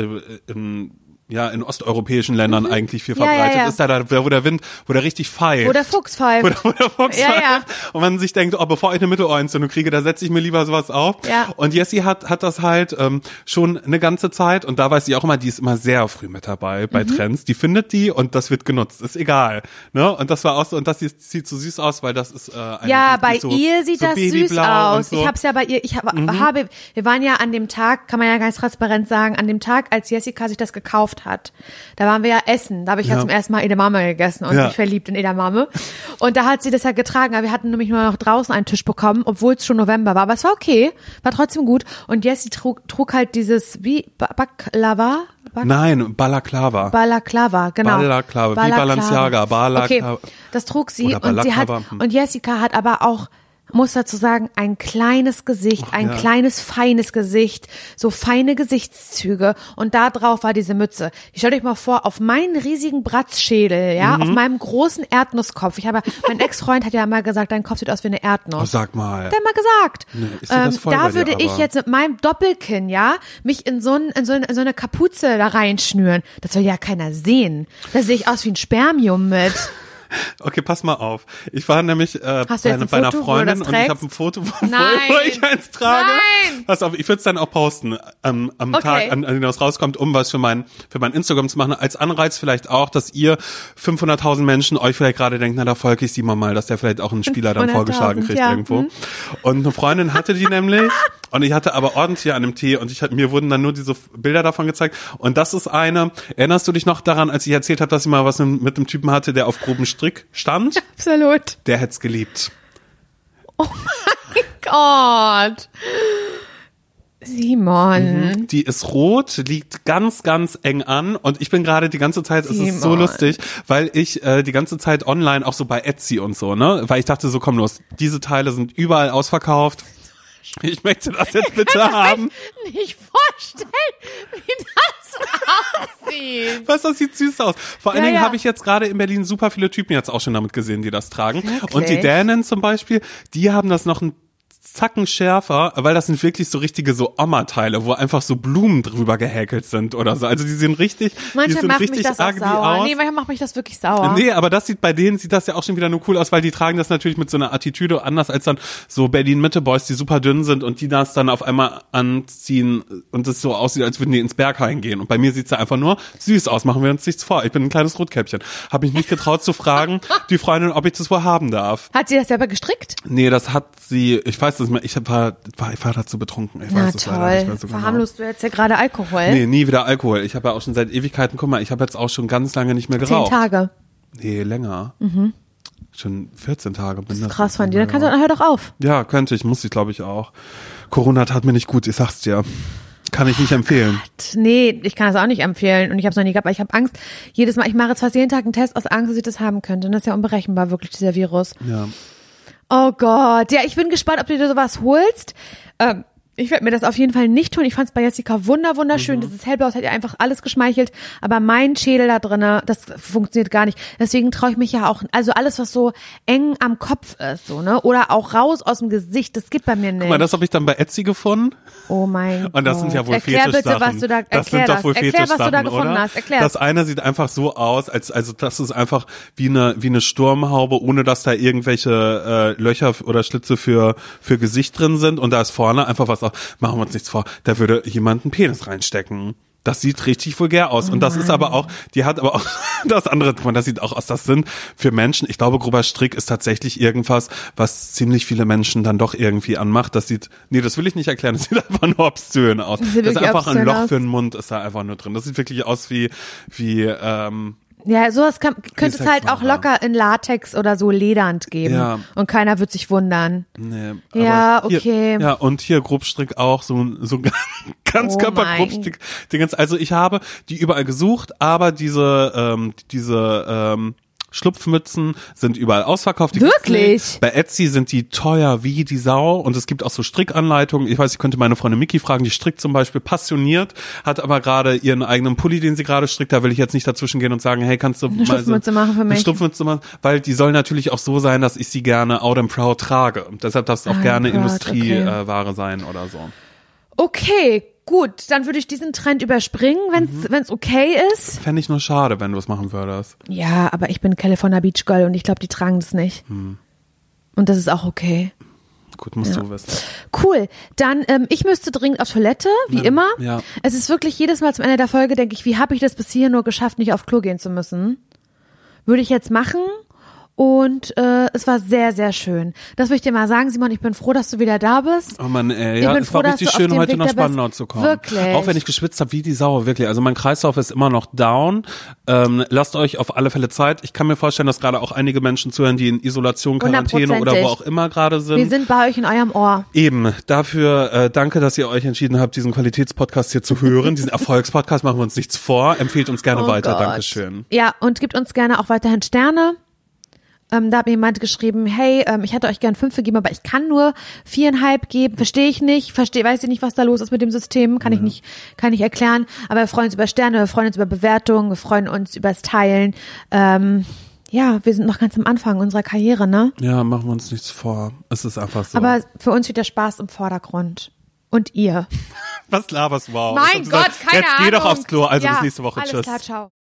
osteuropäischen Ländern eigentlich viel verbreitet ist, wo der Wind, wo der richtig pfeift. Wo der Fuchs pfeift. Wo der Fuchs pfeift. Und man sich denkt, bevor ich eine Mittelohrentzündung kriege, da setze ich mir lieber sowas auf. Ja. Und Jessie hat das halt schon eine ganze Zeit und da weiß ich auch immer, die ist immer sehr früh mit dabei bei Trends. Die findet die und das wird genutzt. Ist egal. Ne? Und das war auch so, und das sieht so süß aus, weil das ist bei so, ihr sieht so das süß aus. So. Ich hab's ja bei ihr, wir waren ja an dem Tag, kann man ja ganz transparent sagen, an dem Tag, als Jessica sich das gekauft hat. Da waren wir ja essen. Da habe ich ja zum ersten Mal Edamame gegessen und mich verliebt in Edamame. Und da hat sie das ja getragen. Aber wir hatten nämlich nur noch draußen einen Tisch bekommen, obwohl es schon November war. Aber es war okay. War trotzdem gut. Und Jessie trug halt dieses, wie, Baklava? Nein, Balaklava. Genau. Balaklava, wie Balenciaga. Balaklava. Okay, das trug sie und Jessica hat aber auch, muss dazu sagen, ein kleines Gesicht, kleines, feines Gesicht, so feine Gesichtszüge und da drauf war diese Mütze. Ich stell euch mal vor, auf meinen riesigen Bratzschädel, auf meinem großen Erdnusskopf. Mein Ex-Freund hat ja mal gesagt, dein Kopf sieht aus wie eine Erdnuss. Oh, sag mal. Hat er mal gesagt. Nee, ist das voll da würde ich jetzt mit meinem Doppelkinn, mich in so eine Kapuze da reinschnüren. Das will ja keiner sehen. Da sehe ich aus wie ein Spermium mit. Okay, pass mal auf. Ich war nämlich bei einer Freundin und ich habe ein Foto, wo ich eins trage. Nein! Pass auf, ich würde es dann auch posten am Tag, an dem das rauskommt, um was für mein Instagram zu machen. Als Anreiz vielleicht auch, dass ihr 500.000 Menschen euch vielleicht gerade denkt, na, da folge ich Simon mal, dass der vielleicht auch einen Spieler dann vorgeschlagen kriegt irgendwo. Und eine Freundin hatte die nämlich und ich hatte aber ordentlich an dem Tee und mir wurden dann nur diese Bilder davon gezeigt. Und das ist eine, erinnerst du dich noch daran, als ich erzählt habe, dass ich mal was mit einem Typen hatte, der auf groben Strick stand? Absolut. Der hätt's geliebt. Oh mein Gott. Simon. Die ist rot, liegt ganz, ganz eng an und ich bin gerade die ganze Zeit, es ist so lustig, weil ich die ganze Zeit online, auch so bei Etsy und so, ne, weil ich dachte so, komm los, diese Teile sind überall ausverkauft. Ich möchte das jetzt bitte haben. Ich kann mir nicht vorstellen, wie das aussieht. Was, das sieht süß aus. Vor allen Dingen habe ich jetzt gerade in Berlin super viele Typen jetzt auch schon damit gesehen, die das tragen. Wirklich? Und die Dänen zum Beispiel, die haben das noch ein Zacken schärfer, weil das sind wirklich so richtige so Oma-Teile, wo einfach so Blumen drüber gehäkelt sind oder so. Also die sind richtig, manchmal die sind macht richtig mich das auch sauer. aus. Nee, manchmal macht mich das wirklich sauer. Nee, aber bei denen sieht das ja auch schon wieder nur cool aus, weil die tragen das natürlich mit so einer Attitüde anders als dann so Berlin-Mitte-Boys, die super dünn sind und die das dann auf einmal anziehen und es so aussieht, als würden die ins Berghain gehen. Und bei mir sieht's ja einfach nur süß aus, machen wir uns nichts vor. Ich bin ein kleines Rotkäppchen. Habe mich nicht getraut zu fragen, die Freundin, ob ich das wohl haben darf. Hat sie das selber gestrickt? Nee, das hat sie, ich weiß das nicht mehr, ich war dazu betrunken. Ich weiß das leider nicht mehr so genau. Verharmlost du jetzt ja gerade Alkohol? Nee, nie wieder Alkohol. Ich habe ja auch schon seit Ewigkeiten, guck mal, ich habe jetzt auch schon ganz lange nicht mehr geraucht. 10 Tage? Nee, länger. Schon 14 Tage. Das ist krass von dir. Dann kannst du, hör doch auf. Ja, könnte ich, muss ich glaube ich auch. Corona tat mir nicht gut, ich sag's dir. Kann ich nicht empfehlen. Nee, ich kann das auch nicht empfehlen und ich habe es noch nie gehabt, weil ich habe Angst. Jedes Mal, ich mache jetzt fast jeden Tag einen Test aus Angst, dass ich das haben könnte. Und das ist ja unberechenbar, wirklich, dieser Virus. Ja. Oh Gott. Ja, ich bin gespannt, ob du dir sowas holst. Ich werde mir das auf jeden Fall nicht tun. Ich fand es bei Jessica wunderschön. Dieses Hellblau, das hat ihr einfach alles geschmeichelt. Aber mein Schädel da drinne, das funktioniert gar nicht. Deswegen traue ich mich ja auch, also alles, was so eng am Kopf ist, so, ne? Oder auch raus aus dem Gesicht, das geht bei mir nicht. Guck mal, das habe ich dann bei Etsy gefunden. Oh mein Gott. Und das sind ja wohl Erklär Fetischsachen. bitte, was du da, erklär was du da gefunden oder? hast. Erklär. Das eine sieht einfach so aus, also das ist einfach wie eine Sturmhaube, ohne dass da irgendwelche Löcher oder Schlitze für Gesicht drin sind. Und da ist vorne einfach was, machen wir uns nichts vor, da würde jemand einen Penis reinstecken. Das sieht richtig vulgär aus. Und das ist aber auch, die hat aber auch das andere, das sieht auch aus, das sind für Menschen, ich glaube, grober Strick ist tatsächlich irgendwas, was ziemlich viele Menschen dann doch irgendwie anmacht. Das sieht, das will ich nicht erklären, das sieht einfach nur obszön aus. Das ist einfach ein Loch für den Mund, ist da einfach nur drin. Das sieht wirklich aus wie ja, sowas könnte es halt auch locker in Latex oder so ledernd geben. Ja. Und keiner wird sich wundern. Nee, ja, okay. Hier, ja, und hier Grobstrick auch, so ganz Körpergrobstrick. Also ich habe die überall gesucht, aber diese Schlupfmützen sind überall ausverkauft. Wirklich? Bei Etsy sind die teuer wie die Sau und es gibt auch so Strickanleitungen. Ich weiß, ich könnte meine Freundin Miki fragen, die strickt zum Beispiel passioniert, hat aber gerade ihren eigenen Pulli, den sie gerade strickt. Da will ich jetzt nicht dazwischen gehen und sagen, hey, kannst du eine Schlupfmütze machen für mich? Eine Schlupfmütze machen, weil die soll natürlich auch so sein, dass ich sie gerne out and proud trage. Deshalb darf es auch gerne Industrieware sein oder so. Okay, gut, dann würde ich diesen Trend überspringen, wenn's okay ist. Fände ich nur schade, wenn du es machen würdest. Ja, aber ich bin California Beach Girl und ich glaube, die tragen das nicht. Und das ist auch okay. Gut, musst du wissen. Cool, dann ich müsste dringend auf Toilette, wie immer. Ja. Es ist wirklich jedes Mal zum Ende der Folge, denke ich, wie habe ich das bis hierhin nur geschafft, nicht auf Klo gehen zu müssen? Würde ich jetzt machen. Und es war sehr, sehr schön. Das will ich dir mal sagen, Simon, ich bin froh, dass du wieder da bist. Oh Mann, ey, ja, es war richtig schön, heute nach Spandau zu kommen. Wirklich. Auch wenn ich geschwitzt habe, wie die Sau, wirklich. Also mein Kreislauf ist immer noch down. Lasst euch auf alle Fälle Zeit. Ich kann mir vorstellen, dass gerade auch einige Menschen zuhören, die in Isolation, Quarantäne oder wo auch immer gerade sind. Wir sind bei euch in eurem Ohr. Eben, dafür danke, dass ihr euch entschieden habt, diesen Qualitätspodcast hier zu hören. Diesen Erfolgspodcast, machen wir uns nichts vor. Empfehlt uns gerne weiter. Gott. Dankeschön. Ja, und gebt uns gerne auch weiterhin Sterne. Da hat mir jemand geschrieben, hey, ich hätte euch gern 5 gegeben, aber ich kann nur 4,5 geben. Weiß ich nicht, was da los ist mit dem System, kann ich nicht erklären. Aber wir freuen uns über Sterne, wir freuen uns über Bewertungen, wir freuen uns über das Teilen. Ja, wir sind noch ganz am Anfang unserer Karriere, ne? Ja, machen wir uns nichts vor. Es ist einfach so. Aber für uns steht der Spaß im Vordergrund. Und ihr. Was laberst du? Wow. Mein Gott, keine Ahnung. Jetzt geh doch aufs Klo, also bis nächste Woche. Alles Tschüss. Klar, ciao.